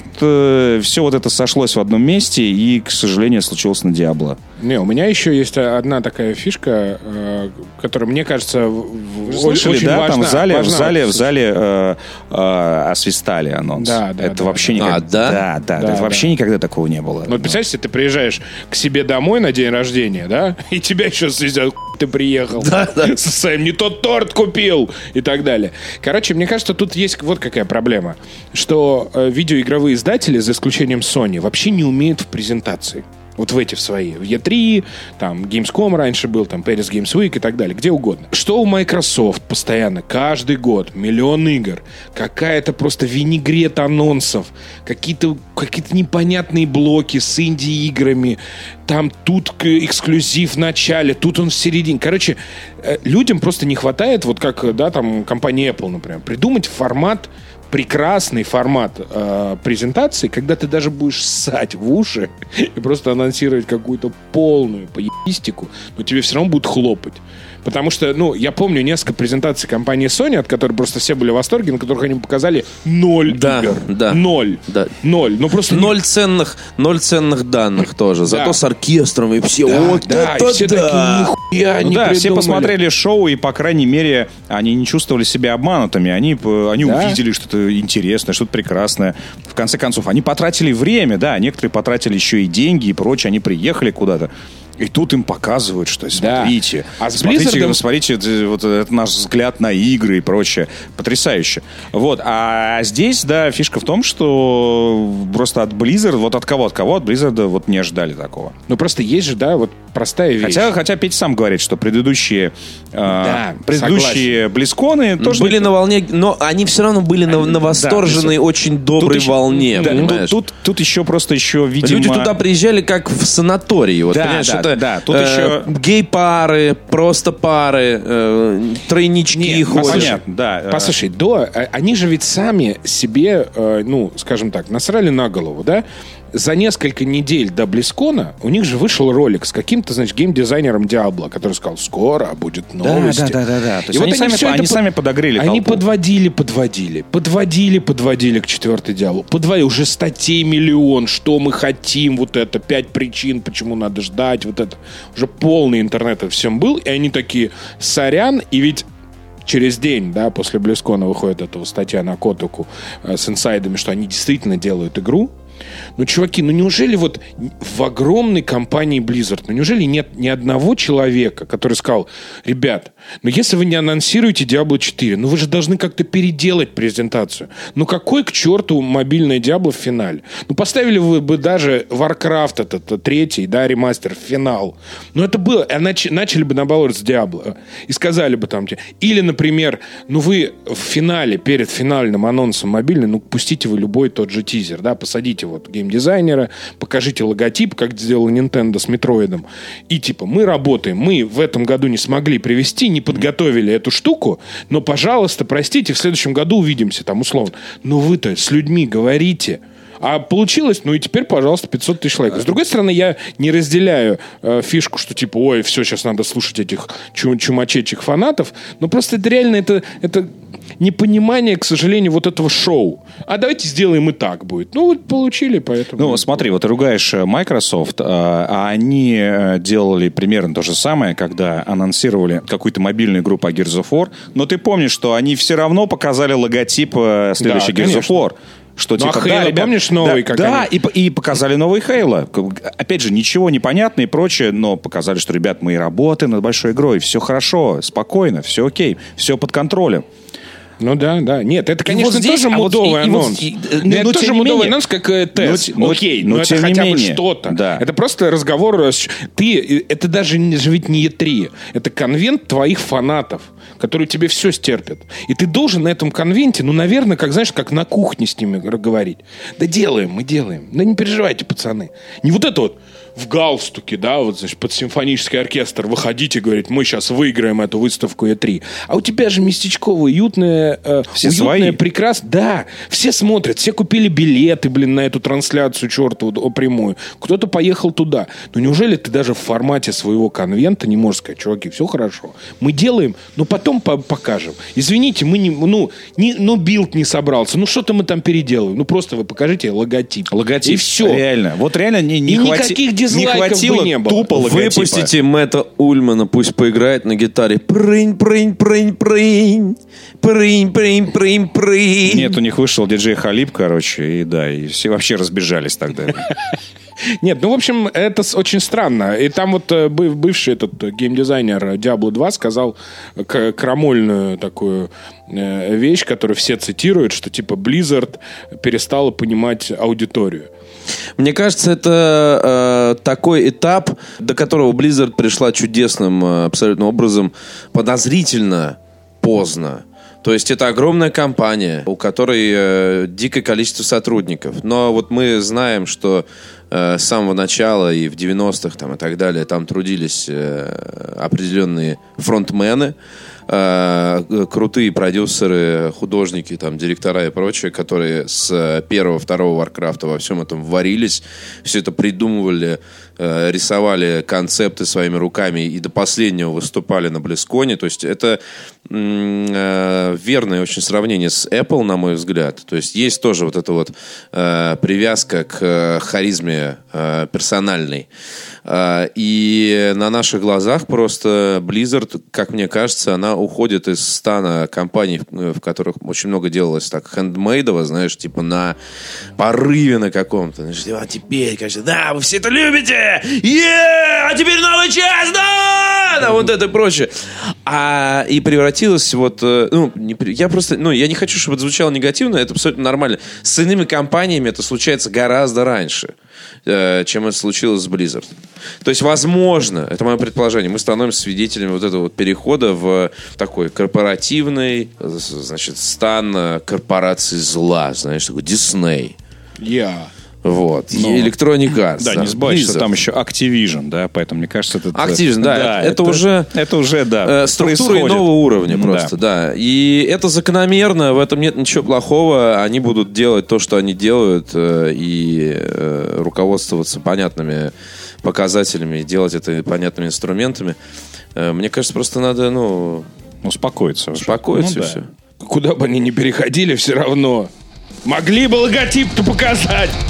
A: все вот это сошлось в одном месте, и, к сожалению, случилось на Диабло.
C: Не, у меня еще есть одна такая фишка, которая, мне кажется,
A: слышали,
C: очень
A: да,
C: важна.
A: Там в зале освистали анонс.
C: Да,
A: это вообще никогда... Это вообще никогда такого не было.
C: Ну, представляешь, если ты приезжаешь к себе домой на день рождения, да, и тебя еще связят, ты приехал, со своим не тот торт купил и так далее. Короче, мне кажется, тут есть вот какая проблема, что видеоигровые издатели, за исключением Sony, вообще не умеют в презентации. Вот в эти в свои. В E3, там, Gamescom раньше был, там, Paris Games Week и так далее. Где угодно. Что у Microsoft постоянно? Каждый год миллион игр. Какая-то просто винегрет анонсов. Какие-то непонятные блоки с инди-играми. Там тут эксклюзив в начале, тут он в середине. Короче, людям просто не хватает, вот как, да, там, компания Apple, например, придумать прекрасный формат презентации, когда ты даже будешь ссать в уши и просто анонсировать какую-то полную поебистику, но тебе все равно будут хлопать. Потому что, ну, я помню несколько презентаций компании Sony, от которых просто все были в восторге, на которых они показали 0 игр.
D: Да.
C: 0.
D: Да.
C: 0. Ну, просто
D: 0 ценных данных тоже. Зато с оркестром и все.
C: И все такие, нихуя не придумали.
A: Все посмотрели шоу, и, по крайней мере, они не чувствовали себя обманутыми. Они увидели что-то интересное, что-то прекрасное. В конце концов, они потратили время, да, некоторые потратили еще и деньги и прочее. Они приехали куда-то. И тут им показывают, что смотрите,
C: А с Blizzard'ом...
A: смотрите, вот это наш взгляд на игры и прочее. Потрясающе. Вот. А здесь, да, фишка в том, что просто от Blizzard, вот от кого, от Blizzard вот не ожидали такого.
C: Ну, просто есть же, да, вот простая вещь.
A: Хотя Петя сам говорит, что предыдущие BlizzCon'ы тоже...
D: Были на волне, но они все равно были на восторженной, очень доброй волне, понимаешь?
A: Тут еще просто видимо...
D: Люди туда приезжали как в санатории, вот, понимаешь, это
A: тут еще...
D: гей-пары, просто пары, тройнички ходят.
A: Понятно, да.
C: Послушай, они же ведь сами себе, скажем так, насрали на голову, да? За несколько недель до BlizzCon'а у них же вышел ролик с каким-то, значит, геймдизайнером Diablo, который сказал, скоро будет новости.
A: Да. То есть
C: И вот
A: они сами подогрели толпу.
C: Они подводили к 4-й Diablo. Уже статей миллион, что мы хотим, вот это, 5 причин, почему надо ждать, вот это. Уже полный интернет всем был, и они такие, сорян, и ведь через день, да, после BlizzCon'а выходит эта статья на Kotaku с инсайдами, что они действительно делают игру. Ну, чуваки, неужели вот в огромной компании Blizzard, неужели нет ни одного человека, который сказал, ребят, если вы не анонсируете Diablo 4, вы же должны как-то переделать презентацию. Какой к черту мобильное Diablo в финале? Поставили вы бы даже Warcraft этот 3-й, да, ремастер в финал. Это было, начали бы наоборот с Diablo и сказали бы там, или, например, вы в финале, перед финальным анонсом мобильный, пустите вы любой тот же тизер, да, посадите геймдизайнера, покажите логотип, как сделал Nintendo с Метроидом. И мы работаем. Мы в этом году не смогли привести, не подготовили эту штуку, но, пожалуйста, простите, в следующем году увидимся, там, условно. Но вы-то с людьми говорите. А получилось, и теперь, пожалуйста, 500 тысяч лайков. С другой стороны, я не разделяю фишку, что ой, все, сейчас надо слушать этих чумачечих фанатов. Но просто это реально, это непонимание, к сожалению, вот этого шоу. А давайте сделаем и так будет. Получили, поэтому...
A: Смотри, вот ты ругаешь Microsoft, а они делали примерно то же самое, когда анонсировали какую-то мобильную игру по Gears of War, но ты помнишь, что они все равно показали логотип следующей Gears of War. Что,
C: Halo, ребят, помнишь, новый?
A: И показали новый Halo. Опять же, ничего непонятно и прочее, но показали, что, ребят, мы и работаем над большой игрой, все хорошо, спокойно, все окей, все под контролем.
C: Да. Нет, это, конечно, вот здесь, тоже мудовый анонс. Это тоже мудовый анонс, как тест. Окей, но это хотя бы что-то.
A: Да.
C: Это просто разговор. Это даже ведь не E3. Это конвент твоих фанатов, которые тебе все стерпят. И ты должен на этом конвенте, наверное, как на кухне с ними говорить. Да делаем, мы делаем. Да не переживайте, пацаны. Не вот это вот в галстуке, да, под симфонический оркестр выходите, говорит, мы сейчас выиграем эту выставку E3. А у тебя же местечковая, уютная, прекрасная. Да, все смотрят, все купили билеты, на эту трансляцию чертову прямую. Кто-то поехал туда. Неужели ты даже в формате своего конвента не можешь сказать, чуваки, все хорошо, мы делаем, но потом покажем. Извините, мы билд не собрался, что-то мы там переделаем. Просто вы покажите логотип.
A: И все. Реально. Вот реально не
C: хватило
A: не было. Тупо логотипа.
D: Выпустите Мэтта Ульмана, пусть поиграет на гитаре. Прынь.
A: Нет, у них вышел диджей Халиб, и все вообще разбежались тогда.
C: Нет, в общем, это очень странно. И там бывший этот геймдизайнер Diablo 2 сказал крамольную такую вещь, которую все цитируют, что Blizzard перестала понимать аудиторию.
D: Мне кажется, это такой этап, до которого Blizzard пришла чудесным абсолютно образом, подозрительно поздно. То есть это огромная компания, у которой дикое количество сотрудников. Но мы знаем, что с самого начала и в 90-х и так далее там трудились определенные фронтмены, крутые продюсеры, художники, директора и прочее, которые с первого-второго Warcraft'а во всем этом варились, все это придумывали, рисовали концепты своими руками и до последнего выступали на BlizzCon'е. То есть это верное очень сравнение с Apple, на мой взгляд. То есть есть тоже эта привязка к харизме персональной. И на наших глазах просто Blizzard, как мне кажется, она уходит из стана компаний, в которых очень много делалось хендмейдово, знаешь, на порыве на каком-то. Знаешь, теперь, конечно, да, вы все это любите! а теперь новая часть, да, вот это и прочее. И превратилось вот, я не хочу, чтобы это звучало негативно, это абсолютно нормально. С иными компаниями это случается гораздо раньше, чем это случилось с Blizzard. То есть, возможно, это мое предположение, мы становимся свидетелями вот этого вот перехода в такой корпоративный, значит, стан корпорации зла, знаешь, такой Disney. Вот. Electronic Arts.
A: Да, не забывайте, что там еще Activision, да, поэтому, мне кажется, это...
D: Activision, да, это уже структура иного уровня просто, да. И это закономерно, в этом нет ничего плохого. Они будут делать то, что они делают, и руководствоваться понятными показателями, и делать это понятными инструментами. Мне кажется, просто надо,
A: успокоиться.
D: Успокоиться, и все.
C: Куда бы они ни переходили, все равно могли бы логотип-то показать.